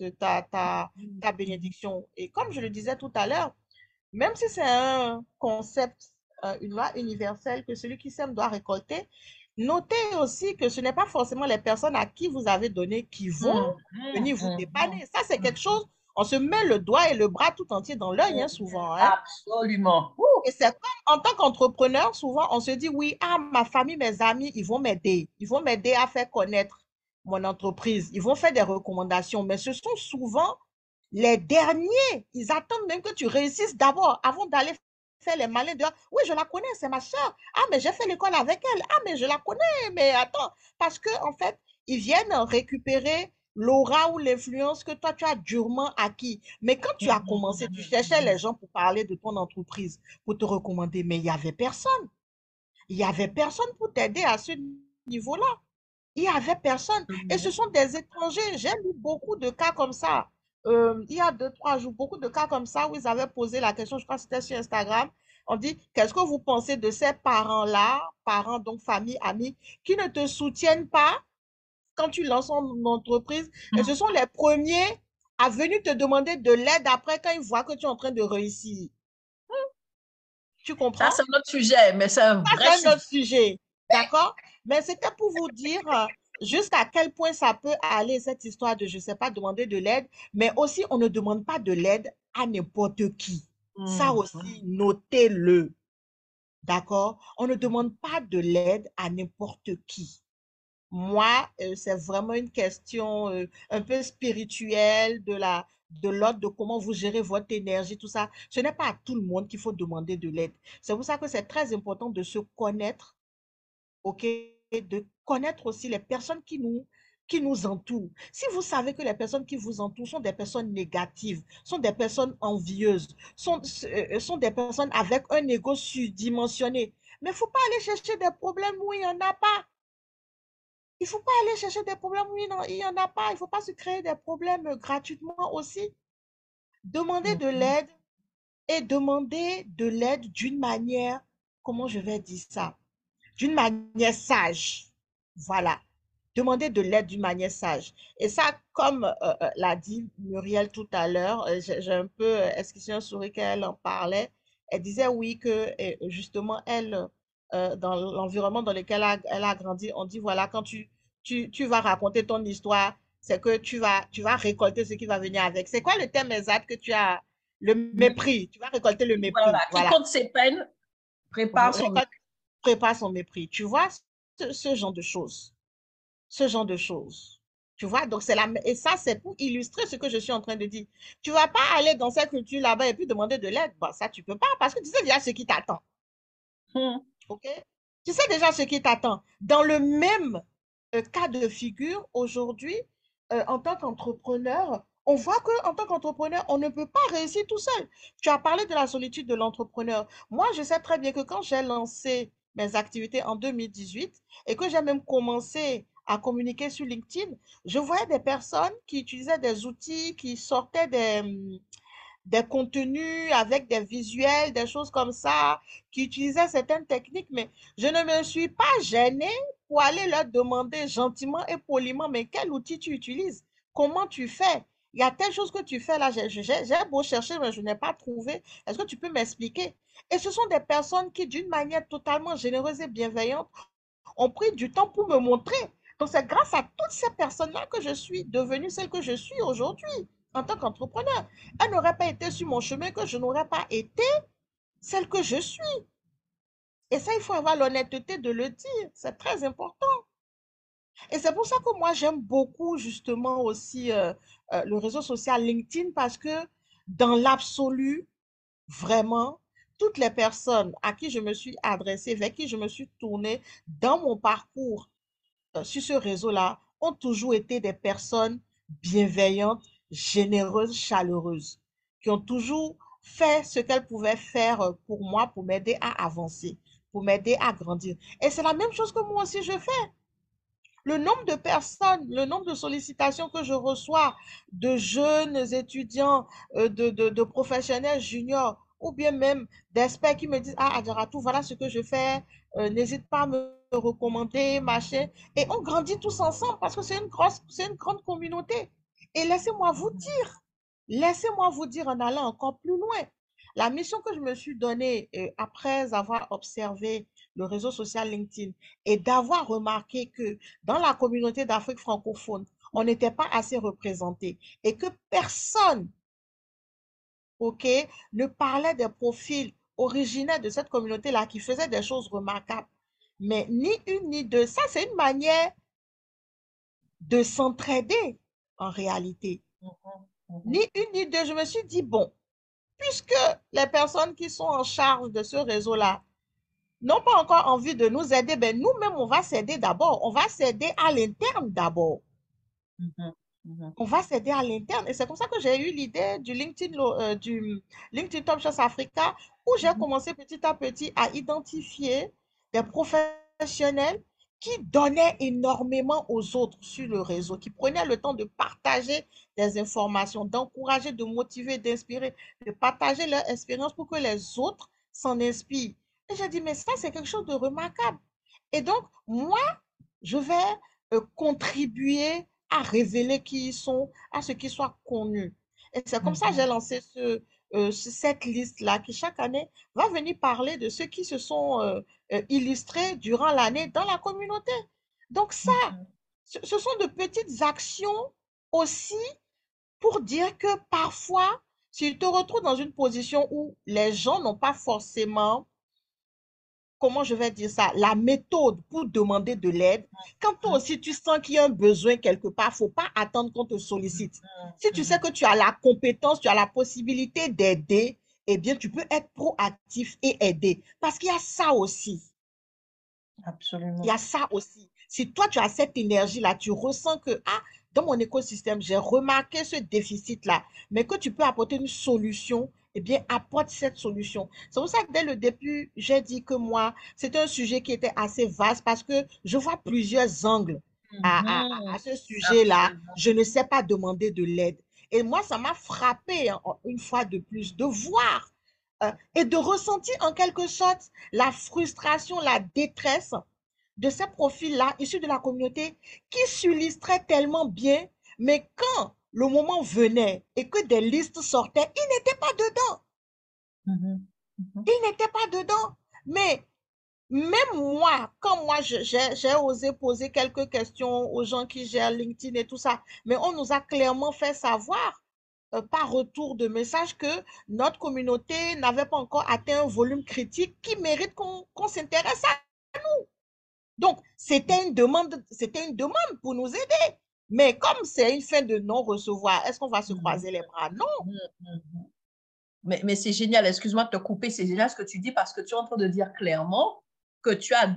ta Mhm. bénédiction. Et comme je le disais tout à l'heure, même si c'est un concept, une loi universelle que celui qui sème doit récolter, notez aussi que ce n'est pas forcément les personnes à qui vous avez donné qui vont Mhm. venir vous Mhm. dépanner. Ça, c'est quelque Mhm. chose, on se met le doigt et le bras tout entier dans l'œil, hein, souvent, hein. Absolument. Et c'est comme en tant qu'entrepreneur, souvent on se dit oui, ah, ma famille, mes amis, ils vont m'aider. Ils vont m'aider à faire connaître mon entreprise. Ils vont faire des recommandations. Mais ce sont souvent les derniers. Ils attendent même que tu réussisses d'abord avant d'aller faire les malins de oui, je la connais, c'est ma soeur. Ah, mais j'ai fait l'école avec elle. Ah, mais je la connais. Mais attends, parce que en fait, ils viennent récupérer l'aura ou l'influence que toi, tu as durement acquis. Mais quand tu as commencé, tu cherchais les gens pour parler de ton entreprise, pour te recommander, mais il n'y avait personne. Il n'y avait personne pour t'aider à ce niveau-là. Il n'y avait personne. Et ce Mhm. sont des étrangers. J'ai lu beaucoup de cas comme ça. Il y a 2, 3 jours, beaucoup de cas comme ça où ils avaient posé la question, je crois que c'était sur Instagram. On dit, qu'est-ce que vous pensez de ces parents-là, parents, donc famille, amis, qui ne te soutiennent pas quand tu lances ton entreprise, et ce sont les premiers à venir te demander de l'aide après quand ils voient que tu es en train de réussir. Tu Ça, comprends? c'est un autre sujet, mais c'est un Ça, vrai c'est un sujet. autre sujet. D'accord? Mais c'était pour vous dire jusqu'à quel point ça peut aller, cette histoire de, je ne sais pas, demander de l'aide, mais aussi, on ne demande pas de l'aide à n'importe qui. Ça aussi, Mhm. notez-le. D'accord? On ne demande pas de l'aide à n'importe qui. Moi, c'est vraiment une question un peu spirituelle de l'ordre de comment vous gérez votre énergie, tout ça. Ce n'est pas à tout le monde qu'il faut demander de l'aide. C'est pour ça que c'est très important de se connaître, OK? Et de connaître aussi les personnes qui nous entourent. Si vous savez que les personnes qui vous entourent sont des personnes négatives, sont des personnes envieuses, sont des personnes avec un ego surdimensionné, mais il ne faut pas aller chercher des problèmes où il n'y en a pas. Il ne faut pas aller chercher des problèmes où il n'y en a pas. Il ne faut pas se créer des problèmes gratuitement aussi. Demander de Mhm. l'aide et demander de l'aide d'une manière, comment je vais dire ça? D'une manière sage. Voilà. Demander de l'aide d'une manière sage. Et ça, comme l'a dit Muriel tout à l'heure, j'ai un peu esquissé un sourire quand elle en parlait. Elle disait oui que justement, elle, dans l'environnement dans lequel elle a grandi, on dit voilà, quand tu vas raconter ton histoire, c'est que tu vas récolter ce qui va venir avec. C'est quoi le thème exact que tu as? Le mépris. Tu vas récolter le Voilà. mépris. Qui Voilà. compte ses peines prépare son. Récolte, prépare son mépris. Tu vois, ce genre de choses. Ce genre de choses. Tu vois, donc et ça, c'est pour illustrer ce que je suis en train de dire. Tu vas pas aller dans cette culture là-bas et puis demander de l'aide. Bon, ça, tu peux pas parce que tu sais déjà ce qui t'attend. Mhm. OK? Tu sais déjà ce qui t'attend. Dans le même cas de figure, aujourd'hui, en tant qu'entrepreneur, on voit qu'en tant qu'entrepreneur, on ne peut pas réussir tout seul. Tu as parlé de la solitude de l'entrepreneur. Moi, je sais très bien que quand j'ai lancé mes activités en 2018 et que j'ai même commencé à communiquer sur LinkedIn, je voyais des personnes qui utilisaient des outils, qui sortaient des contenus avec des visuels, des choses comme ça, qui utilisaient certaines techniques, mais je ne me suis pas gênée pour aller leur demander gentiment et poliment, mais quel outil tu utilises? Comment tu fais? Il y a telle chose que tu fais là, j'ai beau chercher, mais je n'ai pas trouvé. Est-ce que tu peux m'expliquer? Et ce sont des personnes qui, d'une manière totalement généreuse et bienveillante, ont pris du temps pour me montrer. Donc, c'est grâce à toutes ces personnes-là que je suis devenue celle que je suis aujourd'hui en tant qu'entrepreneur. Elle n'aurait pas été sur mon chemin que je n'aurais pas été celle que je suis. Et ça, il faut avoir l'honnêteté de le dire. C'est très important. Et c'est pour ça que moi, j'aime beaucoup justement aussi le réseau social LinkedIn parce que dans l'absolu, vraiment, toutes les personnes à qui je me suis adressée, vers qui je me suis tournée dans mon parcours sur ce réseau-là ont toujours été des personnes bienveillantes, généreuses, chaleureuses, qui ont toujours fait ce qu'elles pouvaient faire pour moi, pour m'aider à avancer, pour m'aider à grandir. Et c'est la même chose que moi aussi je fais. Le nombre de personnes, le nombre de sollicitations que je reçois de jeunes étudiants, de professionnels juniors, ou bien même d'experts qui me disent, ah, Adjaratou, voilà ce que je fais, n'hésite pas à me recommander, machin. Et on grandit tous ensemble parce que c'est une grande communauté. Et laissez-moi vous dire en allant encore plus loin, la mission que je me suis donnée après avoir observé le réseau social LinkedIn et d'avoir remarqué que dans la communauté d'Afrique francophone, on n'était pas assez représenté et que personne, OK, ne parlait des profils originaires de cette communauté-là qui faisaient des choses remarquables. Mais ni une ni deux. Ça, c'est une manière de s'entraider en réalité. Ni une ni deux. Je me suis dit, bon, puisque les personnes qui sont en charge de ce réseau-là n'ont pas encore envie de nous aider, ben nous-mêmes, on va s'aider d'abord. On va s'aider à l'interne d'abord. On va s'aider à l'interne. Et c'est comme ça que j'ai eu l'idée du LinkedIn Top Chance Africa, où j'ai commencé petit à petit à identifier des professionnels qui donnaient énormément aux autres sur le réseau, qui prenaient le temps de partager des informations, d'encourager, de motiver, d'inspirer, de partager leur expérience pour que les autres s'en inspirent. Et j'ai dit, mais ça, c'est quelque chose de remarquable. Et donc, moi, je vais contribuer à révéler qui ils sont, à ce qu'ils soient connus. Et c'est comme ça que j'ai lancé cette liste-là qui chaque année va venir parler de ceux qui se sont illustrés durant l'année dans la communauté. Donc ça, ce sont de petites actions aussi pour dire que parfois, si tu te retrouves dans une position où les gens n'ont pas forcément, comment je vais dire ça, la méthode pour demander de l'aide. Quand toi aussi tu sens qu'il y a un besoin quelque part, il ne faut pas attendre qu'on te sollicite. Si tu sais que tu as la compétence, tu as la possibilité d'aider, eh bien, tu peux être proactif et aider. Parce qu'il y a ça aussi. Absolument. Il y a ça aussi. Si toi, tu as cette énergie-là, tu ressens que, ah, dans mon écosystème, j'ai remarqué ce déficit-là, mais que tu peux apporter une solution, eh bien, apporte cette solution. C'est pour ça que dès le début, j'ai dit que moi, c'était un sujet qui était assez vaste parce que je vois plusieurs angles à ce sujet-là. Absolument. Je ne sais pas demander de l'aide. Et moi, ça m'a frappé une fois de plus de voir et de ressentir en quelque sorte la frustration, la détresse de ces profils-là, issus de la communauté, qui s'illustraient tellement bien, mais quand le moment venait et que des listes sortaient, ils n'étaient pas dedans. Ils n'étaient pas dedans. Mais même moi, quand moi, j'ai osé poser quelques questions aux gens qui gèrent LinkedIn et tout ça, mais on nous a clairement fait savoir par retour de message que notre communauté n'avait pas encore atteint un volume critique qui mérite qu'on s'intéresse à. Donc, c'était une demande pour nous aider. Mais comme c'est une fin de non-recevoir, est-ce qu'on va se croiser les bras? Non. Mais c'est génial, excuse-moi de te couper, c'est génial ce que tu dis parce que tu es en train de dire clairement que tu as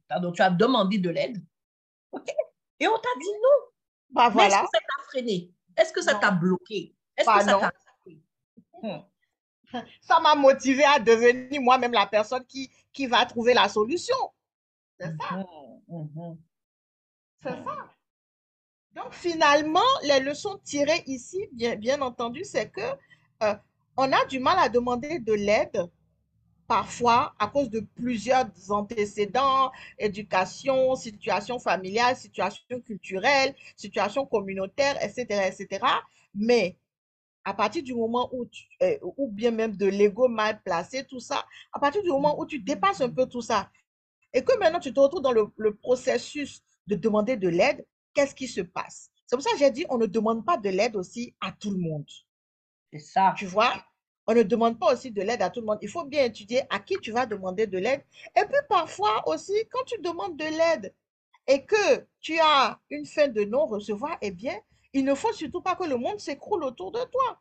demandé de l'aide, OK? Et on t'a dit non. Bah Mais est-ce que voilà. ça t'a freiné? Est-ce que ça t'a Non, bloqué? Est-ce que pas ça non. t'a bloqué? Hmm. Ça m'a motivé à devenir moi-même la personne qui va trouver la solution. C'est ça, Mhm, mhm, c'est mhm. ça. Donc finalement, les leçons tirées ici, bien entendu, c'est que euh, on a du mal à demander de l'aide parfois à cause de plusieurs antécédents, éducation, situation familiale, situation culturelle, situation communautaire, etc., etc. Mais à partir du moment où ou bien même de l'ego mal placé, tout ça, à partir du moment où tu dépasses un peu tout ça et que maintenant tu te retrouves dans le processus de demander de l'aide, qu'est-ce qui se passe? C'est pour ça que j'ai dit, on ne demande pas de l'aide aussi à tout le monde. C'est ça. Tu vois, on ne demande pas aussi de l'aide à tout le monde. Il faut bien étudier à qui tu vas demander de l'aide. Et puis parfois aussi, quand tu demandes de l'aide et que tu as une fin de non-recevoir, eh bien, il ne faut surtout pas que le monde s'écroule autour de toi.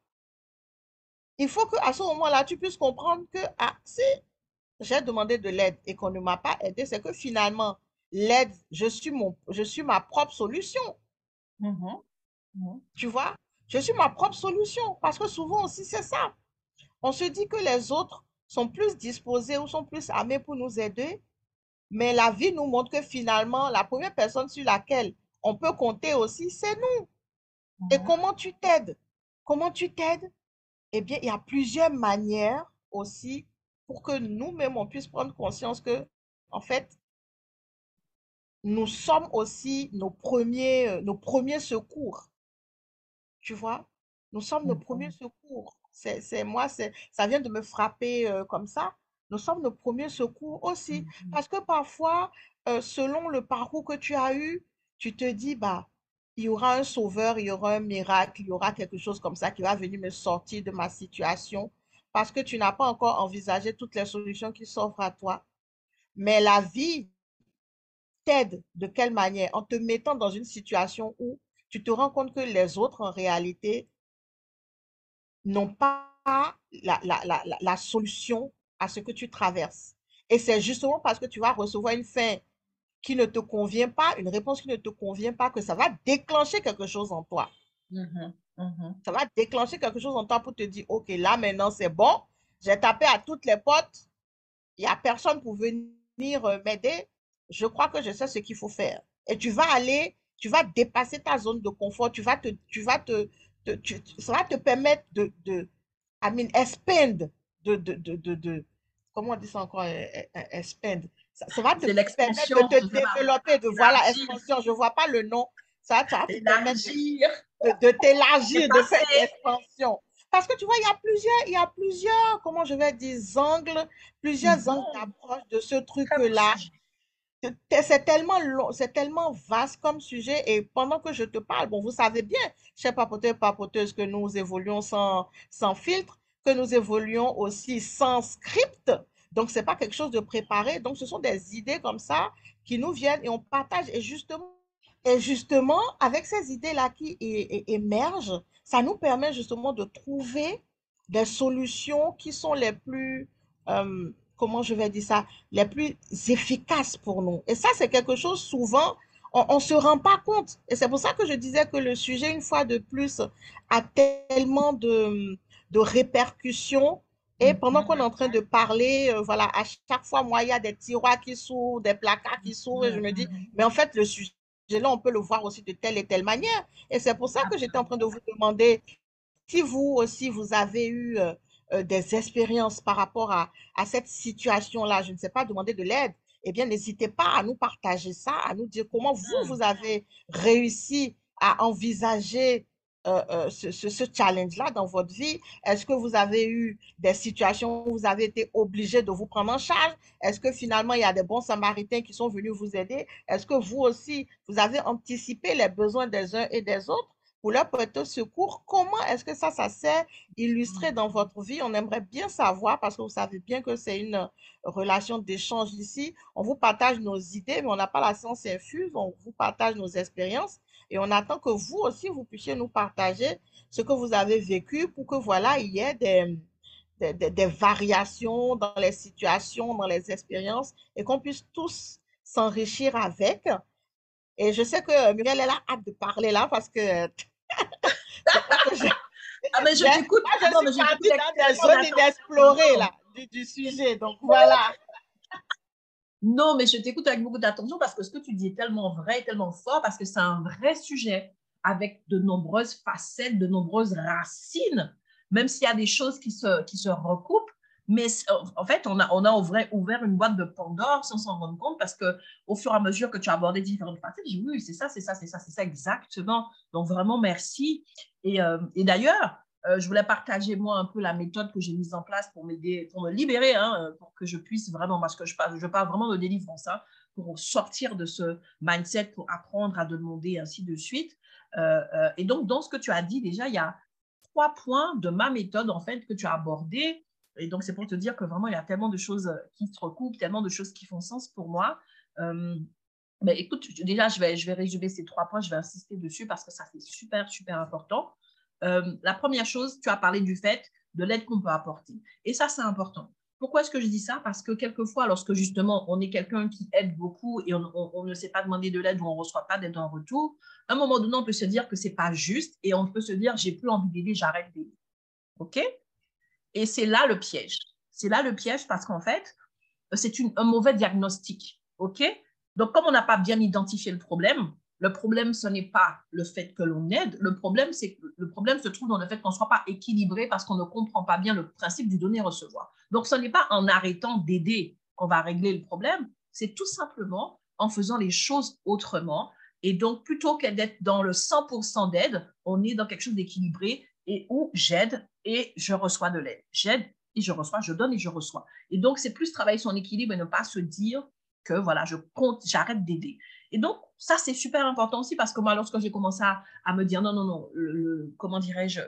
Il faut qu'à ce moment-là, tu puisses comprendre que ah, si j'ai demandé de l'aide et qu'on ne m'a pas aidé, c'est que finalement, l'aide, je suis ma propre solution. Mhm, mhm, Tu vois, je suis ma propre solution. Parce que souvent aussi, c'est ça. On se dit que les autres sont plus disposés ou sont plus armés pour nous aider, mais la vie nous montre que finalement, la première personne sur laquelle on peut compter aussi, c'est nous. Et mhm, comment tu t'aides? Comment tu t'aides? Eh bien, il y a plusieurs manières aussi pour que nous-mêmes, on puisse prendre conscience que, en fait, nous sommes aussi nos premiers secours. Tu vois, nous sommes nos premiers mhm, secours. Ça vient de me frapper comme ça. Nous sommes nos premiers secours aussi. mhm, Parce que parfois, selon le parcours que tu as eu, tu te dis, bah, il y aura un sauveur, il y aura un miracle, il y aura quelque chose comme ça qui va venir me sortir de ma situation. Parce que tu n'as pas encore envisagé toutes les solutions qui s'offrent à toi. Mais la vie t'aide de quelle manière? En te mettant dans une situation où tu te rends compte que les autres, en réalité, n'ont pas la solution à ce que tu traverses. Et c'est justement parce que tu vas recevoir une fin qui ne te convient pas, une réponse qui ne te convient pas, que ça va déclencher quelque chose en toi. mhm, mhm. Ça va déclencher quelque chose en toi pour te dire, OK, là maintenant c'est bon, j'ai tapé à toutes les portes, il n'y a personne pour venir m'aider, je crois que je sais ce qu'il faut faire. Et tu vas dépasser ta zone de confort, ça va te permettre I mean, expand, comment on dit ça encore, expand. Ça va te C'est permettre de l'expansion, te je sais pas. développer, de voilà, Élargir, expansion, je ne vois pas le nom. Ça va te permettre élargir, de t'élargir, de faire une dépasser. expansion. Parce que tu vois, il y a plusieurs, comment je vais dire, plusieurs angles Mhm. d'approche de ce Très beau truc-là. sujet. C'est tellement long, c'est tellement vaste comme sujet. Et pendant que je te parle, bon, vous savez bien, chers papoteurs, papoteuses, que nous évoluons sans filtre, que nous évoluons aussi sans script. Donc, c'est pas quelque chose de préparé. Donc, ce sont des idées comme ça qui nous viennent et on partage. Et justement, avec ces idées-là qui émergent, ça nous permet justement de trouver des solutions qui sont les plus, comment je vais dire ça, les plus efficaces pour nous. Et ça, c'est quelque chose souvent, on ne se rend pas compte. Et c'est pour ça que je disais que le sujet, une fois de plus, a tellement de répercussions. Et pendant qu'on est Mhm, en train de parler, voilà, à chaque fois, moi, il y a des tiroirs qui s'ouvrent, des placards qui s'ouvrent, et je me dis, mhm. mais en fait, le sujet là, on peut le voir aussi de telle et telle manière. Et c'est pour ça que j'étais en train de Absolument. vous demander si vous aussi, vous avez eu des expériences par rapport à cette situation-là, je ne sais pas, demander de l'aide, eh bien, n'hésitez pas à nous partager ça, à nous dire comment vous, Mhm. vous avez réussi à envisager ce challenge-là dans votre vie. Est-ce que vous avez eu des situations où vous avez été obligé de vous prendre en charge? Est-ce que finalement, il y a des bons samaritains qui sont venus vous aider? Est-ce que vous aussi, vous avez anticipé les besoins des uns et des autres pour leur prêter secours? Comment est-ce que ça s'est illustré dans votre vie? On aimerait bien savoir parce que vous savez bien que c'est une relation d'échange ici. On vous partage nos idées, mais on n'a pas la science infuse. On vous partage nos expériences et on attend que vous aussi, vous puissiez nous partager ce que vous avez vécu pour que, voilà, il y ait des variations dans les situations, dans les expériences et qu'on puisse tous s'enrichir avec. Et je sais que Muriel, elle a hâte de parler là parce que C'est pas que je... Ah, mais je t'écoute. Moi, je Non, suis mais je t'écoute partie avec dans des tellement zones inexplorées, d'attention. là, du sujet. Donc, voilà. Non, mais je t'écoute avec beaucoup d'attention parce que ce que tu dis est tellement vrai, tellement fort, parce que c'est un vrai sujet avec de nombreuses facettes, de nombreuses racines, même s'il y a des choses qui se recoupent. Mais en fait, on a ouvert une boîte de Pandore sans s'en rendre compte parce que au fur et à mesure que tu as abordé différentes facettes, j'ai dit oui, c'est ça, c'est ça, c'est ça, c'est ça, exactement. Donc vraiment, merci. Et d'ailleurs, je voulais partager moi un peu la méthode que j'ai mise en place pour m'aider, pour me libérer, hein, pour que je puisse vraiment, parce que je parle vraiment de délivrance, hein, pour sortir de ce mindset, pour apprendre à demander, ainsi de suite. Et donc, dans ce que tu as dit, déjà, il y a 3 points de ma méthode, en fait, que tu as abordé. Et donc, c'est pour te dire que vraiment, il y a tellement de choses qui se recoupent, tellement de choses qui font sens pour moi. Mais écoute, déjà, je vais résumer ces 3 points, je vais insister dessus parce que ça, c'est super, super important. La première chose, tu as parlé du fait de l'aide qu'on peut apporter. Et ça, c'est important. Pourquoi est-ce que je dis ça? Parce que quelquefois, lorsque justement on est quelqu'un qui aide beaucoup et on ne sait pas demander de l'aide ou on ne reçoit pas d'aide en retour, à un moment donné, on peut se dire que ce n'est pas juste et on peut se dire, j'ai plus envie d'aider, j'arrête d'aider. OK? Et c'est là le piège. C'est là le piège parce qu'en fait, c'est un mauvais diagnostic. OK? Donc, comme on n'a pas bien identifié le problème, ce n'est pas le fait que l'on aide. Le problème se trouve dans le fait qu'on ne soit pas équilibré parce qu'on ne comprend pas bien le principe du donner-recevoir. Donc, ce n'est pas en arrêtant d'aider qu'on va régler le problème. C'est tout simplement en faisant les choses autrement. Et donc, plutôt que d'être dans le 100% d'aide, on est dans quelque chose d'équilibré et où j'aide et je reçois de l'aide. J'aide et je reçois, je donne et je reçois. Et donc, c'est plus travailler son équilibre et ne pas se dire que voilà, j'arrête d'aider. Et donc, ça, c'est super important aussi parce que moi, lorsque j'ai commencé à me dire non, non, non, comment dirais-je,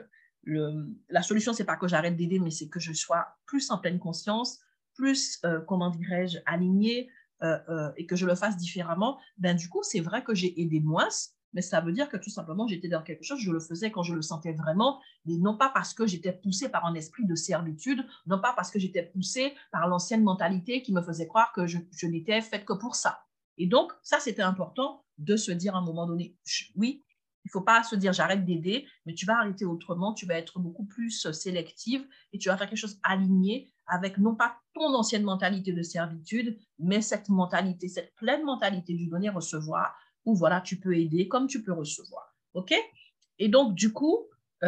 la solution, c'est pas que j'arrête d'aider, mais c'est que je sois plus en pleine conscience, plus, comment dirais-je, alignée et que je le fasse différemment, ben du coup, c'est vrai que j'ai aidé moins, mais ça veut dire que tout simplement, j'étais dans quelque chose, je le faisais quand je le sentais vraiment, et non pas parce que j'étais poussée par un esprit de servitude, non pas parce que j'étais poussée par l'ancienne mentalité qui me faisait croire que je n'étais faite que pour ça. Et donc, ça, c'était important de se dire à un moment donné, oui, il ne faut pas se dire j'arrête d'aider, mais tu vas arrêter autrement, tu vas être beaucoup plus sélective et tu vas faire quelque chose aligné avec non pas ton ancienne mentalité de servitude, mais cette mentalité, cette pleine mentalité du donner-recevoir, où voilà, tu peux aider comme tu peux recevoir. OK? Et donc, du coup,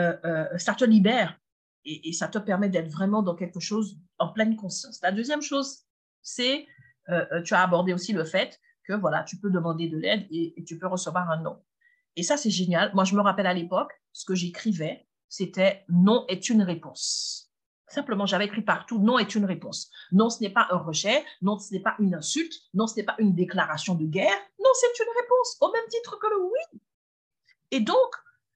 ça te libère et ça te permet d'être vraiment dans quelque chose en pleine conscience. La deuxième chose, c'est, tu as abordé aussi le fait que voilà, tu peux demander de l'aide et tu peux recevoir un non. Et ça, c'est génial. Moi, je me rappelle à l'époque, ce que j'écrivais, c'était non est une réponse. Simplement, j'avais écrit partout non est une réponse. Non, ce n'est pas un rejet. Non, ce n'est pas une insulte. Non, ce n'est pas une déclaration de guerre. Non, c'est une réponse, au même titre que le oui. Et donc,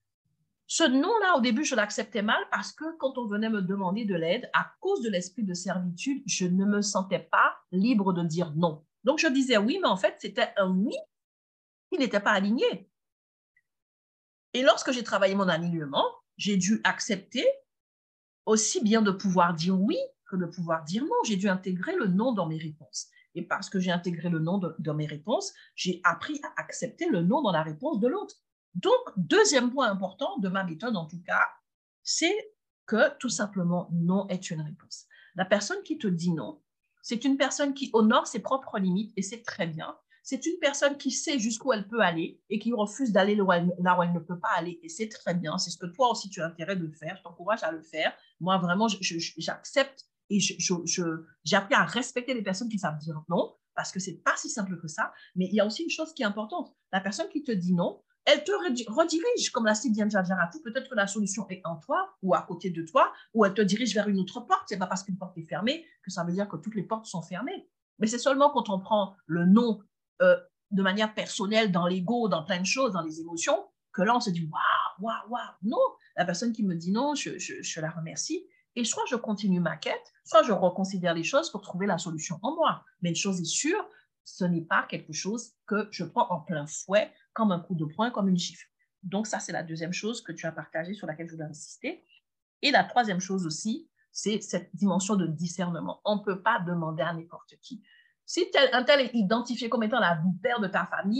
ce non-là, au début, je l'acceptais mal parce que quand on venait me demander de l'aide, à cause de l'esprit de servitude, je ne me sentais pas libre de dire non. Donc, je disais oui, mais en fait, c'était un oui qui n'était pas aligné. Et lorsque j'ai travaillé mon alignement, j'ai dû accepter aussi bien de pouvoir dire oui que de pouvoir dire non. J'ai dû intégrer le non dans mes réponses. Et parce que j'ai intégré le non dans mes réponses, j'ai appris à accepter le non dans la réponse de l'autre. Donc, deuxième point important de ma méthode, en tout cas, c'est que tout simplement, non est une réponse. La personne qui te dit non, c'est une personne qui honore ses propres limites et c'est très bien. C'est une personne qui sait jusqu'où elle peut aller et qui refuse d'aller là où elle ne peut pas aller. Et c'est très bien. C'est ce que toi aussi tu as intérêt de faire. Je t'encourage à le faire. Moi, vraiment, j'accepte et j'ai appris à respecter les personnes qui savent dire non parce que c'est pas si simple que ça. Mais il y a aussi une chose qui est importante. La personne qui te dit non, elle te redirige, comme l'a dit Diane Jarjarati, peut-être que la solution est en toi ou à côté de toi, ou elle te dirige vers une autre porte. C'est pas parce qu'une porte est fermée que ça veut dire que toutes les portes sont fermées. Mais c'est seulement quand on prend le non de manière personnelle, dans l'ego, dans plein de choses, dans les émotions, que là, on se dit, waouh, waouh, waouh. Non, la personne qui me dit non, je la remercie. Et soit je continue ma quête, soit je reconsidère les choses pour trouver la solution en moi. Mais une chose est sûre, ce n'est pas quelque chose que je prends en plein fouet, comme un coup de poing, comme une gifle. Donc ça, c'est la deuxième chose que tu as partagée, sur laquelle je voulais insister. Et la troisième chose aussi, c'est cette dimension de discernement. On ne peut pas demander à n'importe qui. Si un tel est identifié comme étant la vipère de ta famille,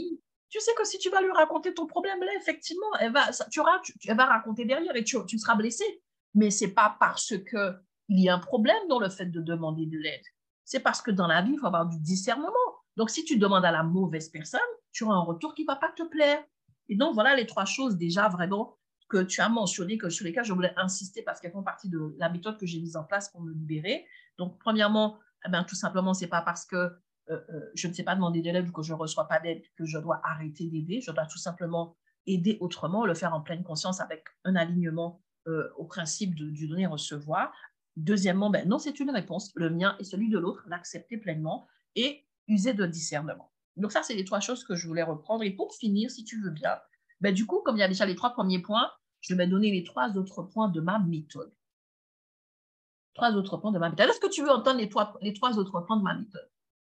Tu sais que si tu vas lui raconter ton problème, là, effectivement, elle va raconter derrière et tu seras blessé. Mais ce n'est pas parce qu'il y a un problème dans le fait de demander de l'aide. C'est parce que dans la vie, il faut avoir du discernement. Donc, si tu demandes à la mauvaise personne, tu auras un retour qui ne va pas te plaire. Et donc, voilà les 3 choses déjà vraiment que tu as mentionnées, sur lesquelles je voulais insister parce qu'elles font partie de la méthode que j'ai mise en place pour me libérer. Donc, premièrement, eh bien, tout simplement, ce n'est pas parce que je ne sais pas demander de l'aide ou que je ne reçois pas d'aide que je dois arrêter d'aider. Je dois tout simplement aider autrement, le faire en pleine conscience avec un alignement au principe du donner-recevoir. Deuxièmement, ben non, c'est une réponse, le mien et celui de l'autre, l'accepter pleinement et user de discernement. Donc ça, c'est les 3 choses que je voulais reprendre. Et pour finir, si tu veux bien, ben du coup, comme il y a déjà les 3 premiers points, je vais donner les 3 autres points de ma méthode. 3 autres points de ma méthode. Est-ce que tu veux entendre les 3 autres points de ma méthode?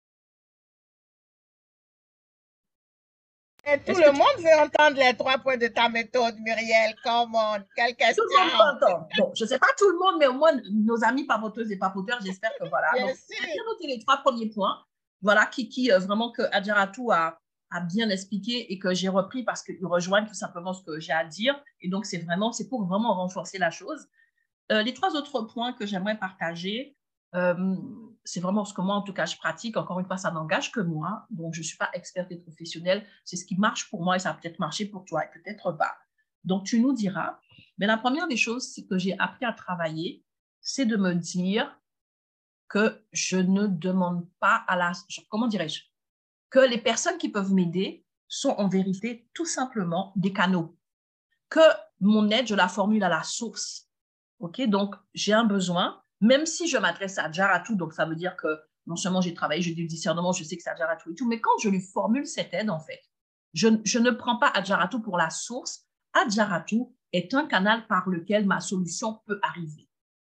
Et tout le monde veut entendre les 3 points de ta méthode, Muriel. Comment? Quelle question? Tout le monde peut entendre. Bon, je ne sais pas tout le monde, mais au moins nos amis papoteuses et papoteurs, j'espère que voilà. Bien Donc, sûr. j'ai bien noté les 3 premiers points, voilà, qui vraiment que Adjaratou a bien expliqué et que j'ai repris parce qu'ils rejoignent tout simplement ce que j'ai à dire. Et donc, c'est pour vraiment renforcer la chose. Les 3 autres points que j'aimerais partager, c'est vraiment ce que moi, en tout cas, je pratique. Encore une fois, ça n'engage que moi. Donc, je ne suis pas experte et professionnelle. C'est ce qui marche pour moi et ça a peut-être marché pour toi et peut-être pas. Donc, tu nous diras. Mais la première des choses que j'ai appris à travailler, c'est de me dire que je ne demande pas comment dirais-je, que les personnes qui peuvent m'aider sont en vérité tout simplement des canaux. Que mon aide, je la formule à la source. OK? Donc, j'ai un besoin, même si je m'adresse à Adjaratou, donc ça veut dire que non seulement j'ai travaillé, j'ai du discernement, je sais que c'est Adjaratou et tout, mais quand je lui formule cette aide, en fait, je ne prends pas Adjaratou pour la source. Adjaratou est un canal par lequel ma solution peut arriver.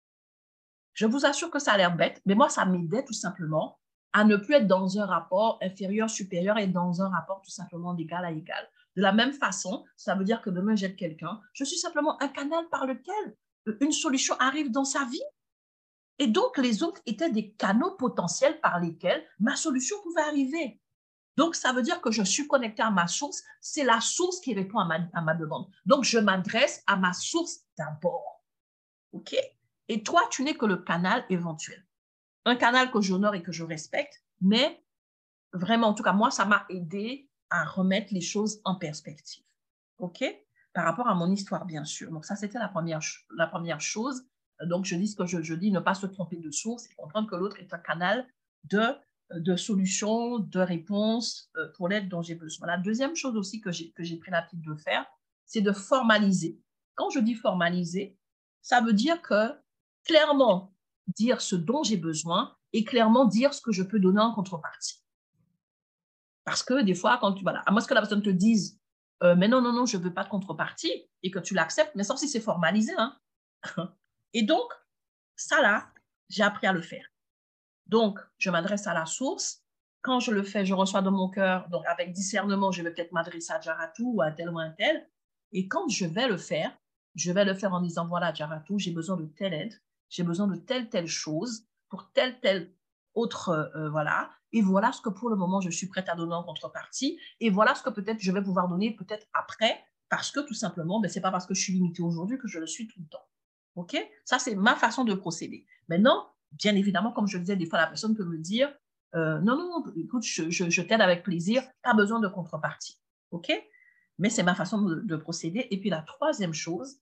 Je vous assure que ça a l'air bête, mais moi, ça m'aidait tout simplement à ne plus être dans un rapport inférieur-supérieur et dans un rapport tout simplement d'égal à égal. De la même façon, ça veut dire que demain, j'aide quelqu'un, je suis simplement un canal par lequel une solution arrive dans sa vie. Et donc, les autres étaient des canaux potentiels par lesquels ma solution pouvait arriver. Donc, ça veut dire que je suis connectée à ma source. C'est la source qui répond à ma demande. Donc, je m'adresse à ma source d'abord. OK? Et toi, tu n'es que le canal éventuel. Un canal que j'honore et que je respecte, mais vraiment, en tout cas, moi, ça m'a aidé à remettre les choses en perspective. OK? Par rapport à mon histoire, bien sûr. Donc, ça, c'était la première chose. Donc, je dis ce que je dis, ne pas se tromper de source et comprendre que l'autre est un canal de solutions, de réponses pour l'aide dont j'ai besoin. La deuxième chose aussi que j'ai pris l'habitude de faire, c'est de formaliser. Quand je dis formaliser, ça veut dire que clairement dire ce dont j'ai besoin et clairement dire ce que je peux donner en contrepartie. Parce que des fois, à moins que la personne te dise mais non, je ne veux pas de contrepartie et que tu l'acceptes, mais sauf si c'est formalisé. Hein. Et donc, ça là, j'ai appris à le faire. Donc, je m'adresse à la source. Quand je le fais, je reçois dans mon cœur. Donc, avec discernement, je vais peut-être m'adresser à Adjaratou ou à tel ou un tel. Et quand je vais le faire en disant, voilà, Adjaratou, j'ai besoin de telle aide, j'ai besoin de telle chose pour telle autre, voilà. Et voilà ce que pour le moment, je suis prête à donner en contrepartie. Et voilà ce que peut-être je vais pouvoir donner peut-être après, parce que tout simplement, ce n'est pas parce que je suis limitée aujourd'hui que je le suis tout le temps. OK? Ça, c'est ma façon de procéder. Maintenant, bien évidemment, comme je le disais, des fois, la personne peut me dire non, écoute, je t'aide avec plaisir, pas besoin de contrepartie. OK? Mais c'est ma façon de procéder. Et puis, la troisième chose,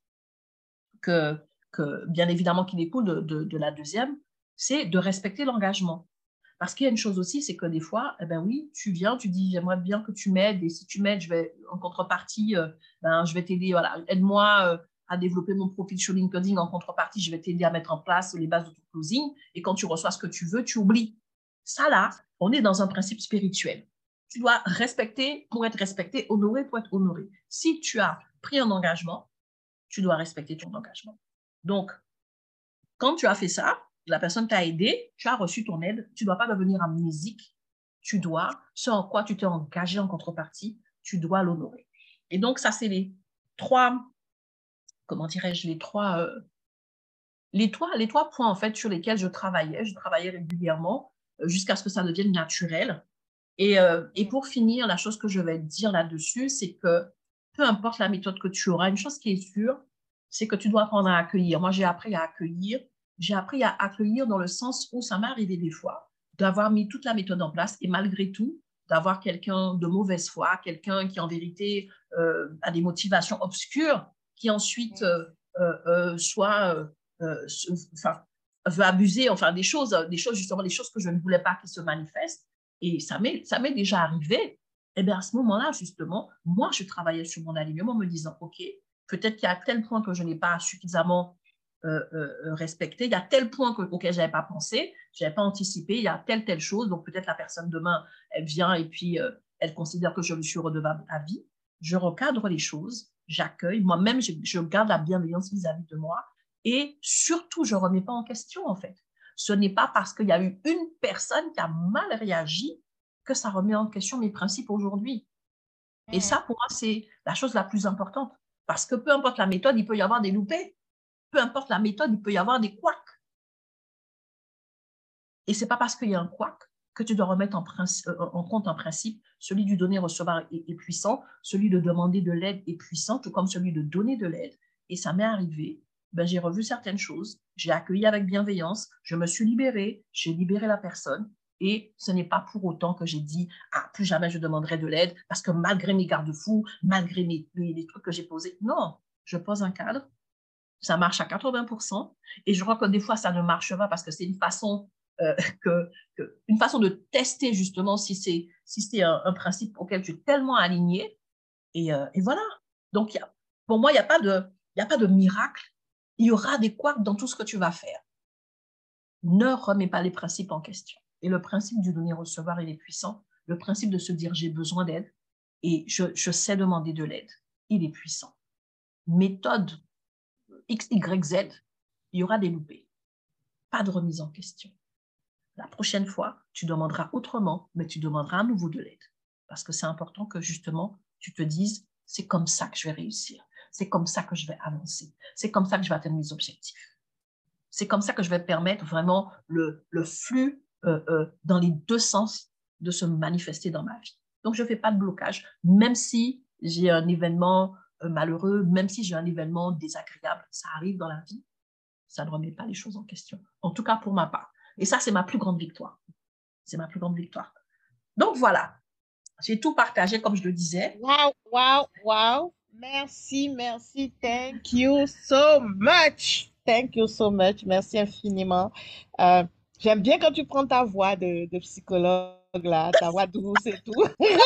bien évidemment, qui découle de la deuxième, c'est de respecter l'engagement. Parce qu'il y a une chose aussi, c'est que des fois, eh ben oui, tu viens, tu dis, j'aimerais bien que tu m'aides, et si tu m'aides, je vais, en contrepartie, je vais t'aider, voilà, aide-moi à développer mon profil sur LinkedIn, en contrepartie, je vais t'aider à mettre en place les bases de ton closing, et quand tu reçois ce que tu veux, tu oublies. Ça là, on est dans un principe spirituel. Tu dois respecter pour être respecté, honorer pour être honoré. Si tu as pris un engagement, tu dois respecter ton engagement. Donc, quand tu as fait ça, la personne t'a aidé, tu as reçu ton aide, tu ne dois pas devenir amnésique. Tu dois, ce en quoi tu t'es engagé en contrepartie, tu dois l'honorer. Et donc, ça, c'est les trois points, en fait, sur lesquels je travaillais régulièrement jusqu'à ce que ça devienne naturel. Et pour finir, la chose que je vais dire là-dessus, c'est que peu importe la méthode que tu auras, une chose qui est sûre, c'est que tu dois apprendre à accueillir. Moi, j'ai appris à accueillir. J'ai appris à accueillir dans le sens où ça m'est arrivé des fois d'avoir mis toute la méthode en place et malgré tout, d'avoir quelqu'un de mauvaise foi, quelqu'un qui en vérité a des motivations obscures, qui ensuite soit enfin, veut abuser, enfin des choses justement, des choses que je ne voulais pas qui se manifestent. Et ça m'est déjà arrivé. Et bien à ce moment-là, justement, moi, je travaillais sur mon alignement en me disant, OK, peut-être qu'il y a tel point que je n'ai pas suffisamment respecté, il y a tel point auquel je n'avais pas pensé, je n'avais pas anticipé, il y a telle chose, donc peut-être la personne demain, elle vient et puis elle considère que je lui suis redevable à vie. Je recadre les choses, j'accueille, moi-même, je garde la bienveillance vis-à-vis de moi et surtout, je ne remets pas en question, en fait. Ce n'est pas parce qu'il y a eu une personne qui a mal réagi que ça remet en question mes principes aujourd'hui. Et ça, pour moi, c'est la chose la plus importante. Parce que peu importe la méthode, il peut y avoir des loupés. Peu importe la méthode, il peut y avoir des couacs. Et ce n'est pas parce qu'il y a un couac que tu dois remettre en compte un principe. Celui du donner-recevoir est puissant, celui de demander de l'aide est puissant, tout comme celui de donner de l'aide. Et ça m'est arrivé. Ben, j'ai revu certaines choses, j'ai accueilli avec bienveillance, je me suis libérée, j'ai libéré la personne. Et ce n'est pas pour autant que j'ai dit « Ah, plus jamais je demanderai de l'aide » parce que malgré mes garde-fous, malgré les trucs que j'ai posés, non, je pose un cadre, ça marche à 80%. Et je crois que des fois, ça ne marche pas parce que c'est une façon, une façon de tester justement si c'est un principe auquel tu es tellement aligné. Et voilà. Donc, pour moi, il n'y a pas de miracle. Il y aura des couacs dans tout ce que tu vas faire. Ne remets pas les principes en question. Et le principe du donner-recevoir, il est puissant. Le principe de se dire j'ai besoin d'aide et je sais demander de l'aide, il est puissant. Méthode X, Y, Z, il y aura des loupés. Pas de remise en question. La prochaine fois, tu demanderas autrement, mais tu demanderas à nouveau de l'aide. Parce que c'est important que justement, tu te dises, c'est comme ça que je vais réussir. C'est comme ça que je vais avancer. C'est comme ça que je vais atteindre mes objectifs. C'est comme ça que je vais permettre vraiment le flux dans les deux sens de se manifester dans ma vie. Donc, je ne fais pas de blocage, même si j'ai un événement malheureux, même si j'ai un événement désagréable, ça arrive dans la vie, ça ne remet pas les choses en question. En tout cas, pour ma part. Et ça, c'est ma plus grande victoire. C'est ma plus grande victoire. Donc, voilà. J'ai tout partagé, comme je le disais. Wow, wow, wow. Merci, merci. Thank you so much. Thank you so much. Merci infiniment. Euh, J'aime bien quand tu prends ta voix de psychologue, là, ta voix douce et tout.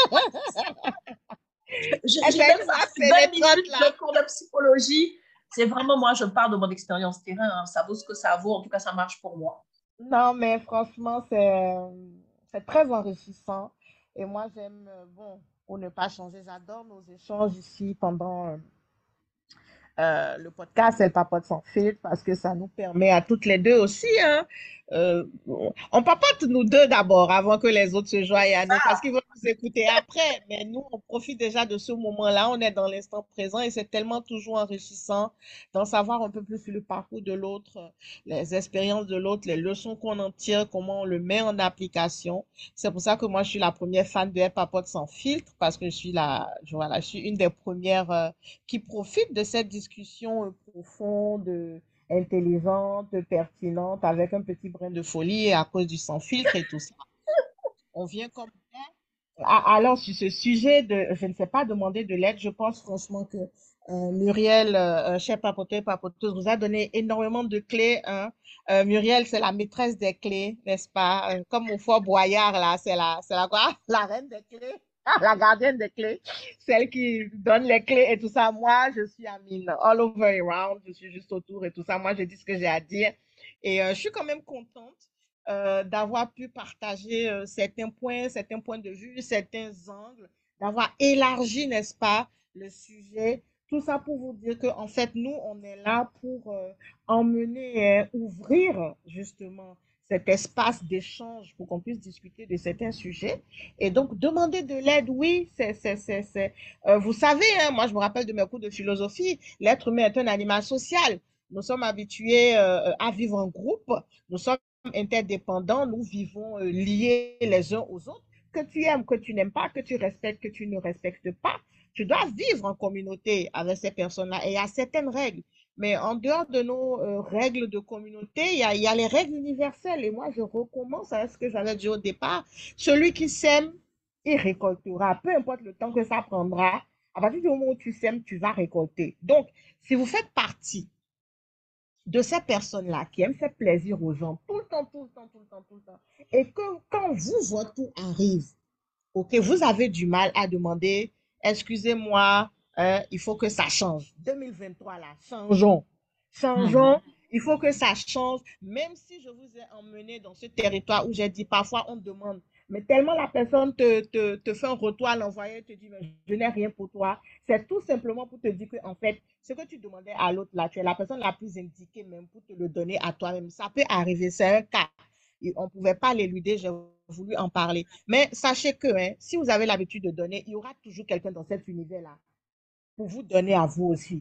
J'ai Essaye même de pas fait c'est 20 les trottes, minutes là. de cours de psychologie. C'est vraiment moi, je parle de mon expérience terrain. Hein. Ça vaut ce que ça vaut. En tout cas, ça marche pour moi. Non, mais franchement, c'est très enrichissant. Et moi, j'aime, bon, pour ne pas changer, j'adore nos échanges ici pendant le podcast Elle papote sans filtre parce que ça nous permet à toutes les deux aussi, hein. On papote nous deux d'abord avant que les autres se joignent à nous parce qu'ils vont nous écouter après. Mais nous, on profite déjà de ce moment-là. On est dans l'instant présent et c'est tellement toujours enrichissant d'en savoir un peu plus sur le parcours de l'autre, les expériences de l'autre, les leçons qu'on en tire, comment on le met en application. C'est pour ça que moi, je suis la première fan de Elle papote sans filtre parce que voilà, je suis une des premières qui profitent de cette discussion profonde, intelligente, pertinente, avec un petit brin de folie à cause du sans filtre et tout ça. On vient comme ça. Alors, sur ce sujet de, je ne sais pas demander de l'aide, je pense franchement que Muriel, chef papoteuse, vous a donné énormément de clés. Hein. Muriel, c'est la maîtresse des clés, n'est-ce pas? Comme au Fort Boyard, là, c'est la quoi? La reine des clés, la gardienne des clés, celle qui donne les clés et tout ça. Moi, je suis Amine, all over around, je suis juste autour et tout ça. Moi, je dis ce que j'ai à dire. Et je suis quand même contente d'avoir pu partager certains points de vue, certains angles, d'avoir élargi, n'est-ce pas, le sujet. Tout ça pour vous dire que en fait, nous, on est là pour emmener, ouvrir justement cet espace d'échange pour qu'on puisse discuter de certains sujets. Et donc, demander de l'aide, oui, vous savez, hein, moi, je me rappelle de mes cours de philosophie, l'être humain est un animal social. Nous sommes habitués à vivre en groupe. Nous sommes interdépendants, nous vivons liés les uns aux autres. que tu aimes, que tu n'aimes pas, que tu respectes, que tu ne respectes pas. Tu dois vivre en communauté avec ces personnes-là et il y a certaines règles. Mais en dehors de nos règles de communauté, il y a les règles universelles. Et moi, je recommence à ce que j'avais dit au départ. Celui qui sème, il récoltera. Peu importe le temps que ça prendra. À partir du moment où tu sèmes, tu vas récolter. Donc, si vous faites partie de ces personnes-là qui aiment faire plaisir aux gens tout le temps, tout le temps, tout le temps, tout le temps, et que quand vous, votre tour arrive, ok, vous avez du mal à demander, excusez-moi, il faut que ça change. 2023, là, changeons. Changeons. Il faut que ça change. Même si je vous ai emmené dans ce territoire où j'ai dit, parfois on demande, mais tellement la personne te fait un retour à l'envoyer, te dit, mais je n'ai rien pour toi. C'est tout simplement pour te dire que, en fait, ce que tu demandais à l'autre, là, tu es la personne la plus indiquée même pour te le donner à toi-même. Ça peut arriver, c'est un cas. Et on ne pouvait pas l'éluder, j'ai voulu en parler. Mais sachez que si vous avez l'habitude de donner, il y aura toujours quelqu'un dans cet univers-là pour vous donner à vous aussi.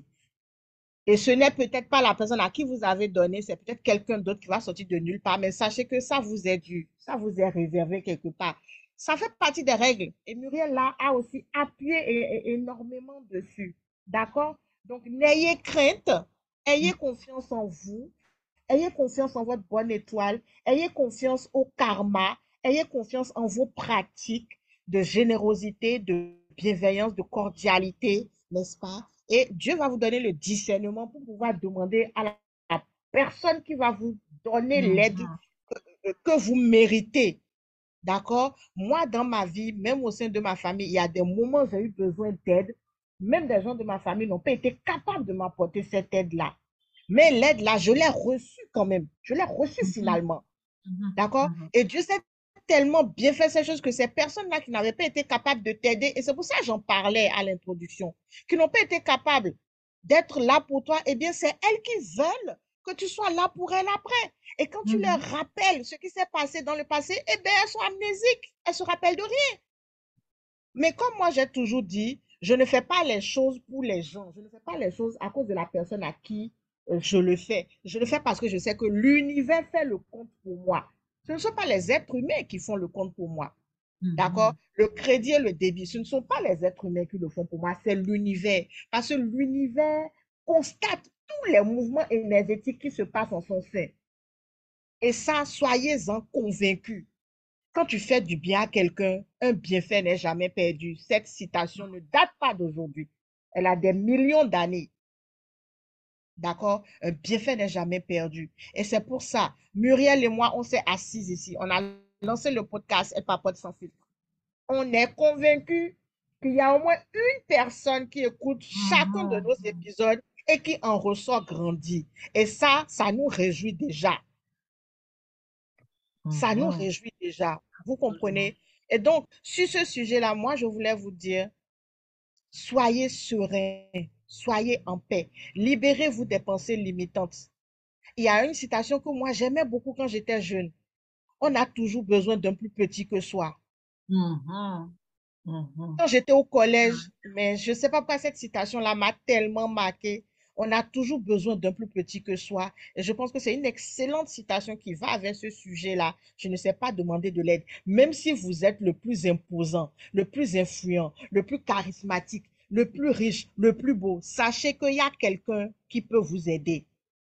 Et ce n'est peut-être pas la personne à qui vous avez donné, c'est peut-être quelqu'un d'autre qui va sortir de nulle part, mais sachez que ça vous est dû, ça vous est réservé quelque part. Ça fait partie des règles. Et Muriel, là, a aussi appuyé énormément dessus. D'accord? Donc, n'ayez crainte, ayez confiance en vous, ayez confiance en votre bonne étoile, ayez confiance au karma, ayez confiance en vos pratiques de générosité, de bienveillance, de cordialité, n'est-ce pas? Et Dieu va vous donner le discernement pour pouvoir demander à la personne qui va vous donner l'aide que vous méritez. D'accord? Moi, dans ma vie, même au sein de ma famille, il y a des moments où j'ai eu besoin d'aide. Même des gens de ma famille n'ont pas été capables de m'apporter cette aide-là. Mais l'aide, là, je l'ai reçue quand même. Je l'ai reçue finalement. D'accord? Et Dieu sait tellement bien fait ces choses que ces personnes-là qui n'avaient pas été capables de t'aider, et c'est pour ça que j'en parlais à l'introduction, qui n'ont pas été capables d'être là pour toi, eh bien, c'est elles qui veulent que tu sois là pour elles après. Et quand tu leur rappelles ce qui s'est passé dans le passé, eh bien, elles sont amnésiques. Elles se rappellent de rien. Mais comme moi, j'ai toujours dit, je ne fais pas les choses pour les gens. Je ne fais pas les choses à cause de la personne à qui je le fais. Je le fais parce que je sais que l'univers fait le compte pour moi. Ce ne sont pas les êtres humains qui font le compte pour moi. D'accord? Le crédit et le débit, ce ne sont pas les êtres humains qui le font pour moi, c'est l'univers. Parce que l'univers constate tous les mouvements énergétiques qui se passent en son sein. Et ça, soyez-en convaincus. Quand tu fais du bien à quelqu'un, un bienfait n'est jamais perdu. Cette citation ne date pas d'aujourd'hui. Elle a des millions d'années. D'accord? Un bienfait n'est jamais perdu. Et c'est pour ça, Muriel et moi, on s'est assis ici. On a lancé le podcast Elle papote sans filtre. On est convaincu qu'il y a au moins une personne qui écoute chacun de nos épisodes et qui en ressort grandi. Et ça nous réjouit déjà. Ça nous réjouit déjà. Vous comprenez? Et donc, sur ce sujet-là, moi, je voulais vous dire, soyez sereins, soyez en paix, libérez-vous des pensées limitantes. Il y a une citation que moi, j'aimais beaucoup quand j'étais jeune. On a toujours besoin d'un plus petit que soi. Quand j'étais au collège, mais je ne sais pas pourquoi cette citation-là m'a tellement marqué. On a toujours besoin d'un plus petit que soi. Et je pense que c'est une excellente citation qui va avec ce sujet-là. Je ne sais pas demander de l'aide. Même si vous êtes le plus imposant, le plus influent, le plus charismatique, le plus riche, le plus beau, sachez qu'il y a quelqu'un qui peut vous aider.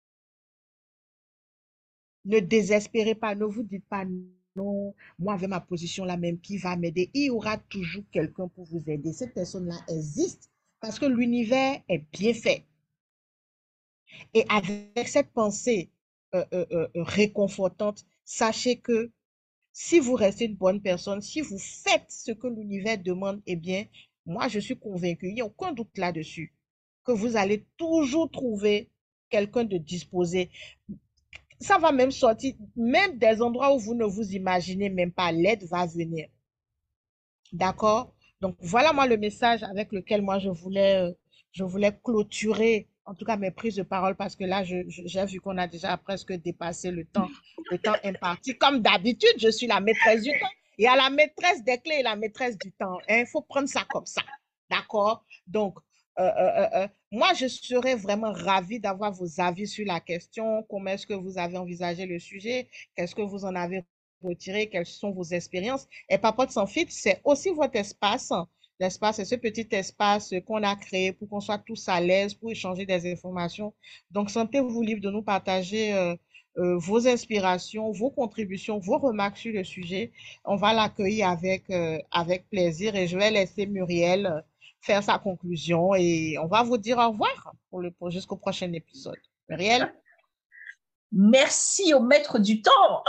Ne désespérez pas, ne vous dites pas non, moi avec ma position là même, qui va m'aider? Il y aura toujours quelqu'un pour vous aider. Cette personne-là existe parce que l'univers est bien fait. Et avec cette pensée réconfortante, sachez que si vous restez une bonne personne, si vous faites ce que l'univers demande, eh bien, moi, je suis convaincue, il n'y a aucun doute là-dessus, que vous allez toujours trouver quelqu'un de disposé. Ça va même sortir, même des endroits où vous ne vous imaginez même pas, l'aide va venir. D'accord? Donc, voilà moi le message avec lequel moi je voulais clôturer, en tout cas mes prises de parole, parce que là, j'ai vu qu'on a déjà presque dépassé le temps imparti. Comme d'habitude, je suis la maîtresse du temps. Il y a la maîtresse des clés et la maîtresse du temps. Il faut prendre ça comme ça. D'accord? Donc, moi, je serais vraiment ravie d'avoir vos avis sur la question. Comment est-ce que vous avez envisagé le sujet? Qu'est-ce que vous en avez retirez, quelles sont vos expériences. Et Papote sans filtre, c'est aussi votre espace. L'espace, c'est ce petit espace qu'on a créé pour qu'on soit tous à l'aise, pour échanger des informations. Donc, sentez-vous libre de nous partager vos inspirations, vos contributions, vos remarques sur le sujet. On va l'accueillir avec plaisir et je vais laisser Muriel faire sa conclusion et on va vous dire au revoir jusqu'au prochain épisode. Muriel? Merci au maître du temps.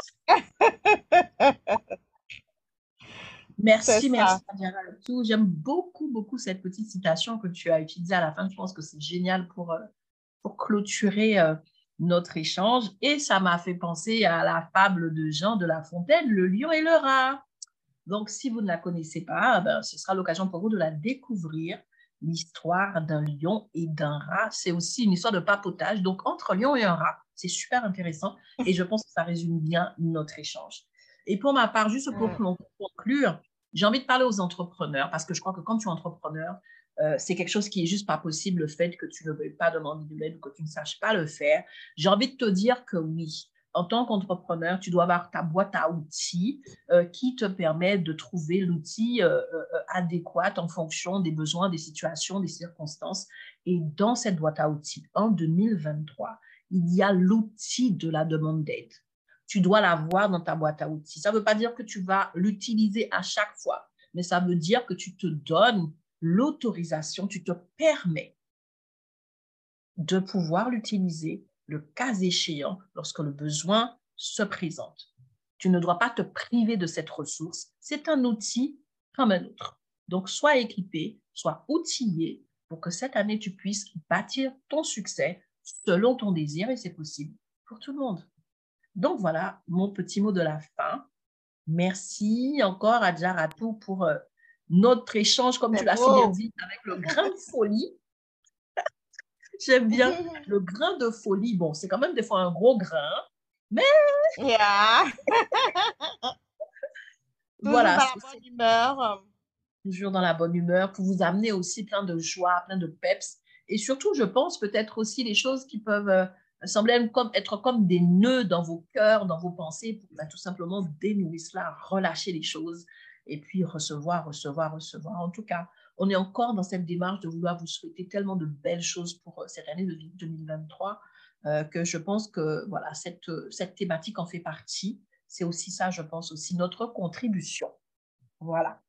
C'est Merci, ça. merci, Adjara Atou. J'aime beaucoup, beaucoup cette petite citation que tu as utilisée à la fin. Je pense que c'est génial pour clôturer notre échange. Et ça m'a fait penser à la fable de Jean de La Fontaine, Le lion et le rat. Donc, si vous ne la connaissez pas, ben, ce sera l'occasion pour vous de la découvrir. L'histoire d'un lion et d'un rat, c'est aussi une histoire de papotage. Donc, entre un lion et un rat, c'est super intéressant et je pense que ça résume bien notre échange. Et pour ma part, juste pour conclure, j'ai envie de parler aux entrepreneurs parce que je crois que quand tu es entrepreneur, c'est quelque chose qui est juste pas possible, le fait que tu ne veuilles pas demander de l'aide ou que tu ne saches pas le faire. J'ai envie de te dire que oui, en tant qu'entrepreneur, tu dois avoir ta boîte à outils qui te permet de trouver l'outil adéquat en fonction des besoins, des situations, des circonstances. Et dans cette boîte à outils, en 2023, il y a l'outil de la demande d'aide. Tu dois l'avoir dans ta boîte à outils. Ça ne veut pas dire que tu vas l'utiliser à chaque fois, mais ça veut dire que tu te donnes l'autorisation, tu te permets de pouvoir l'utiliser le cas échéant lorsque le besoin se présente. Tu ne dois pas te priver de cette ressource. C'est un outil comme un autre. Donc, sois équipé, sois outillé pour que cette année, tu puisses bâtir ton succès selon ton désir et c'est possible pour tout le monde. Donc, voilà mon petit mot de la fin. Merci encore à Jaratou pour notre échange, comme tu C'est l'as si bien beau. dit, avec le grain de folie. J'aime bien le grain de folie. Bon, c'est quand même des fois un gros grain, mais Yeah. Toujours voilà, dans la c'est bonne humeur. toujours dans la bonne humeur pour vous amener aussi plein de joie, plein de peps. Et surtout, je pense peut-être aussi les choses qui peuvent sembler être comme des nœuds dans vos cœurs, dans vos pensées, pour tout simplement dénouer cela, relâcher les choses et puis recevoir, recevoir, recevoir. En tout cas, on est encore dans cette démarche de vouloir vous souhaiter tellement de belles choses pour cette année de 2023 que je pense que voilà, cette thématique en fait partie. C'est aussi ça, je pense, aussi notre contribution. Voilà.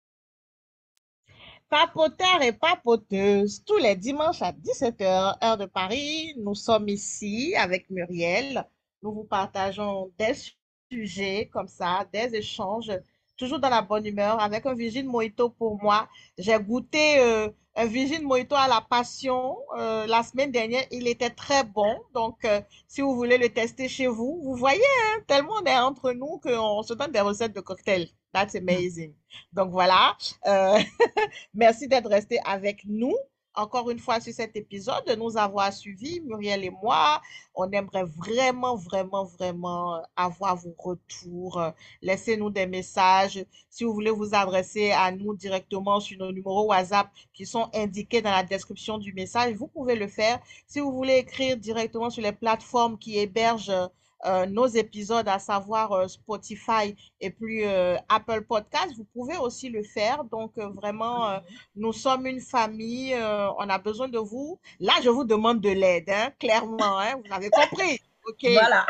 Papoteurs et papoteuses, tous les dimanches à 17 heures, heure de Paris, nous sommes ici avec Muriel. Nous vous partageons des sujets comme ça, des échanges, toujours dans la bonne humeur, avec un Virgin Mojito pour moi. J'ai goûté un Virgin Mojito à la passion la semaine dernière. Il était très bon. Donc, si vous voulez le tester chez vous, vous voyez, hein, tellement on est entre nous qu'on se donne des recettes de cocktails. That's amazing. Donc, voilà. Euh, Merci d'être resté avec nous encore une fois sur cet épisode, de nous avoir suivis, Muriel et moi. On aimerait vraiment, vraiment, vraiment avoir vos retours. Laissez-nous des messages. Si vous voulez vous adresser à nous directement sur nos numéros WhatsApp qui sont indiqués dans la description du message, vous pouvez le faire. Si vous voulez écrire directement sur les plateformes qui hébergent nos épisodes, à savoir Spotify et puis Apple Podcast, vous pouvez aussi le faire. Donc, vraiment, nous sommes une famille, on a besoin de vous. Là, je vous demande de l'aide, hein, clairement, hein, vous avez compris. OK. Voilà.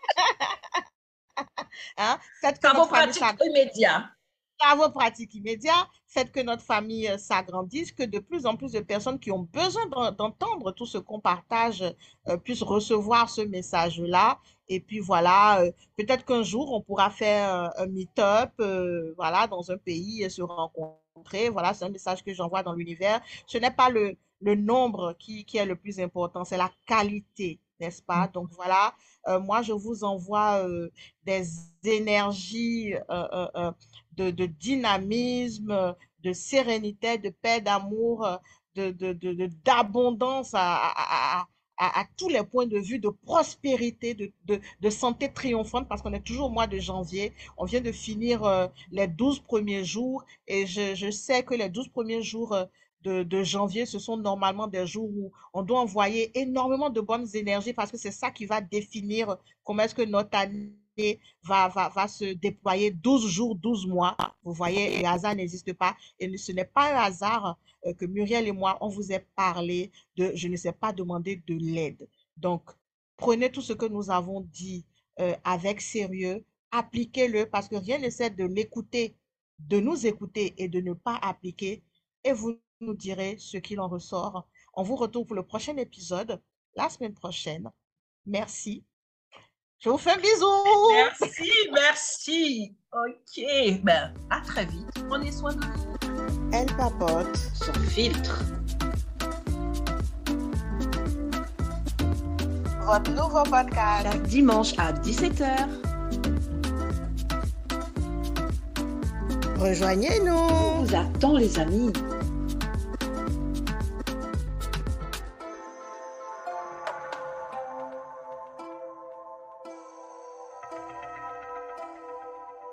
Hein, faites que Travaux notre famille pratiques s'agrandisse. immédiats. Travaux pratiques immédiats, faites que notre famille s'agrandisse, que de plus en plus de personnes qui ont besoin d'entendre tout ce qu'on partage puissent recevoir ce message-là. Et puis voilà, peut-être qu'un jour, on pourra faire un meet-up, voilà, dans un pays et se rencontrer. Voilà, c'est un message que j'envoie dans l'univers. Ce n'est pas le nombre qui est le plus important, c'est la qualité, n'est-ce pas? Donc voilà, moi, je vous envoie des énergies de dynamisme, de sérénité, de paix, d'amour, d'abondance à tous les points de vue, de prospérité, de santé triomphante, parce qu'on est toujours au mois de janvier. On vient de finir les 12 premiers jours et je sais que les 12 premiers jours de janvier, ce sont normalement des jours où on doit envoyer énormément de bonnes énergies parce que c'est ça qui va définir comment est-ce que notre année va se déployer 12 jours, 12 mois. Vous voyez, le hasard n'existe pas. Et ce n'est pas un hasard que Muriel et moi, on vous ait parlé de je ne sais pas demander de l'aide. Donc, prenez tout ce que nous avons dit avec sérieux, appliquez-le parce que rien ne sert de l'écouter, de nous écouter et de ne pas appliquer. Et vous nous direz ce qu'il en ressort. On vous retrouve pour le prochain épisode la semaine prochaine. Merci. Je vous fais un bisou. Merci. OK. Ben, à très vite. Prenez soin de vous. Elle papote Sans filtre. votre nouveau podcast. Chaque dimanche à 17h. Rejoignez-nous. On vous attend, les amis.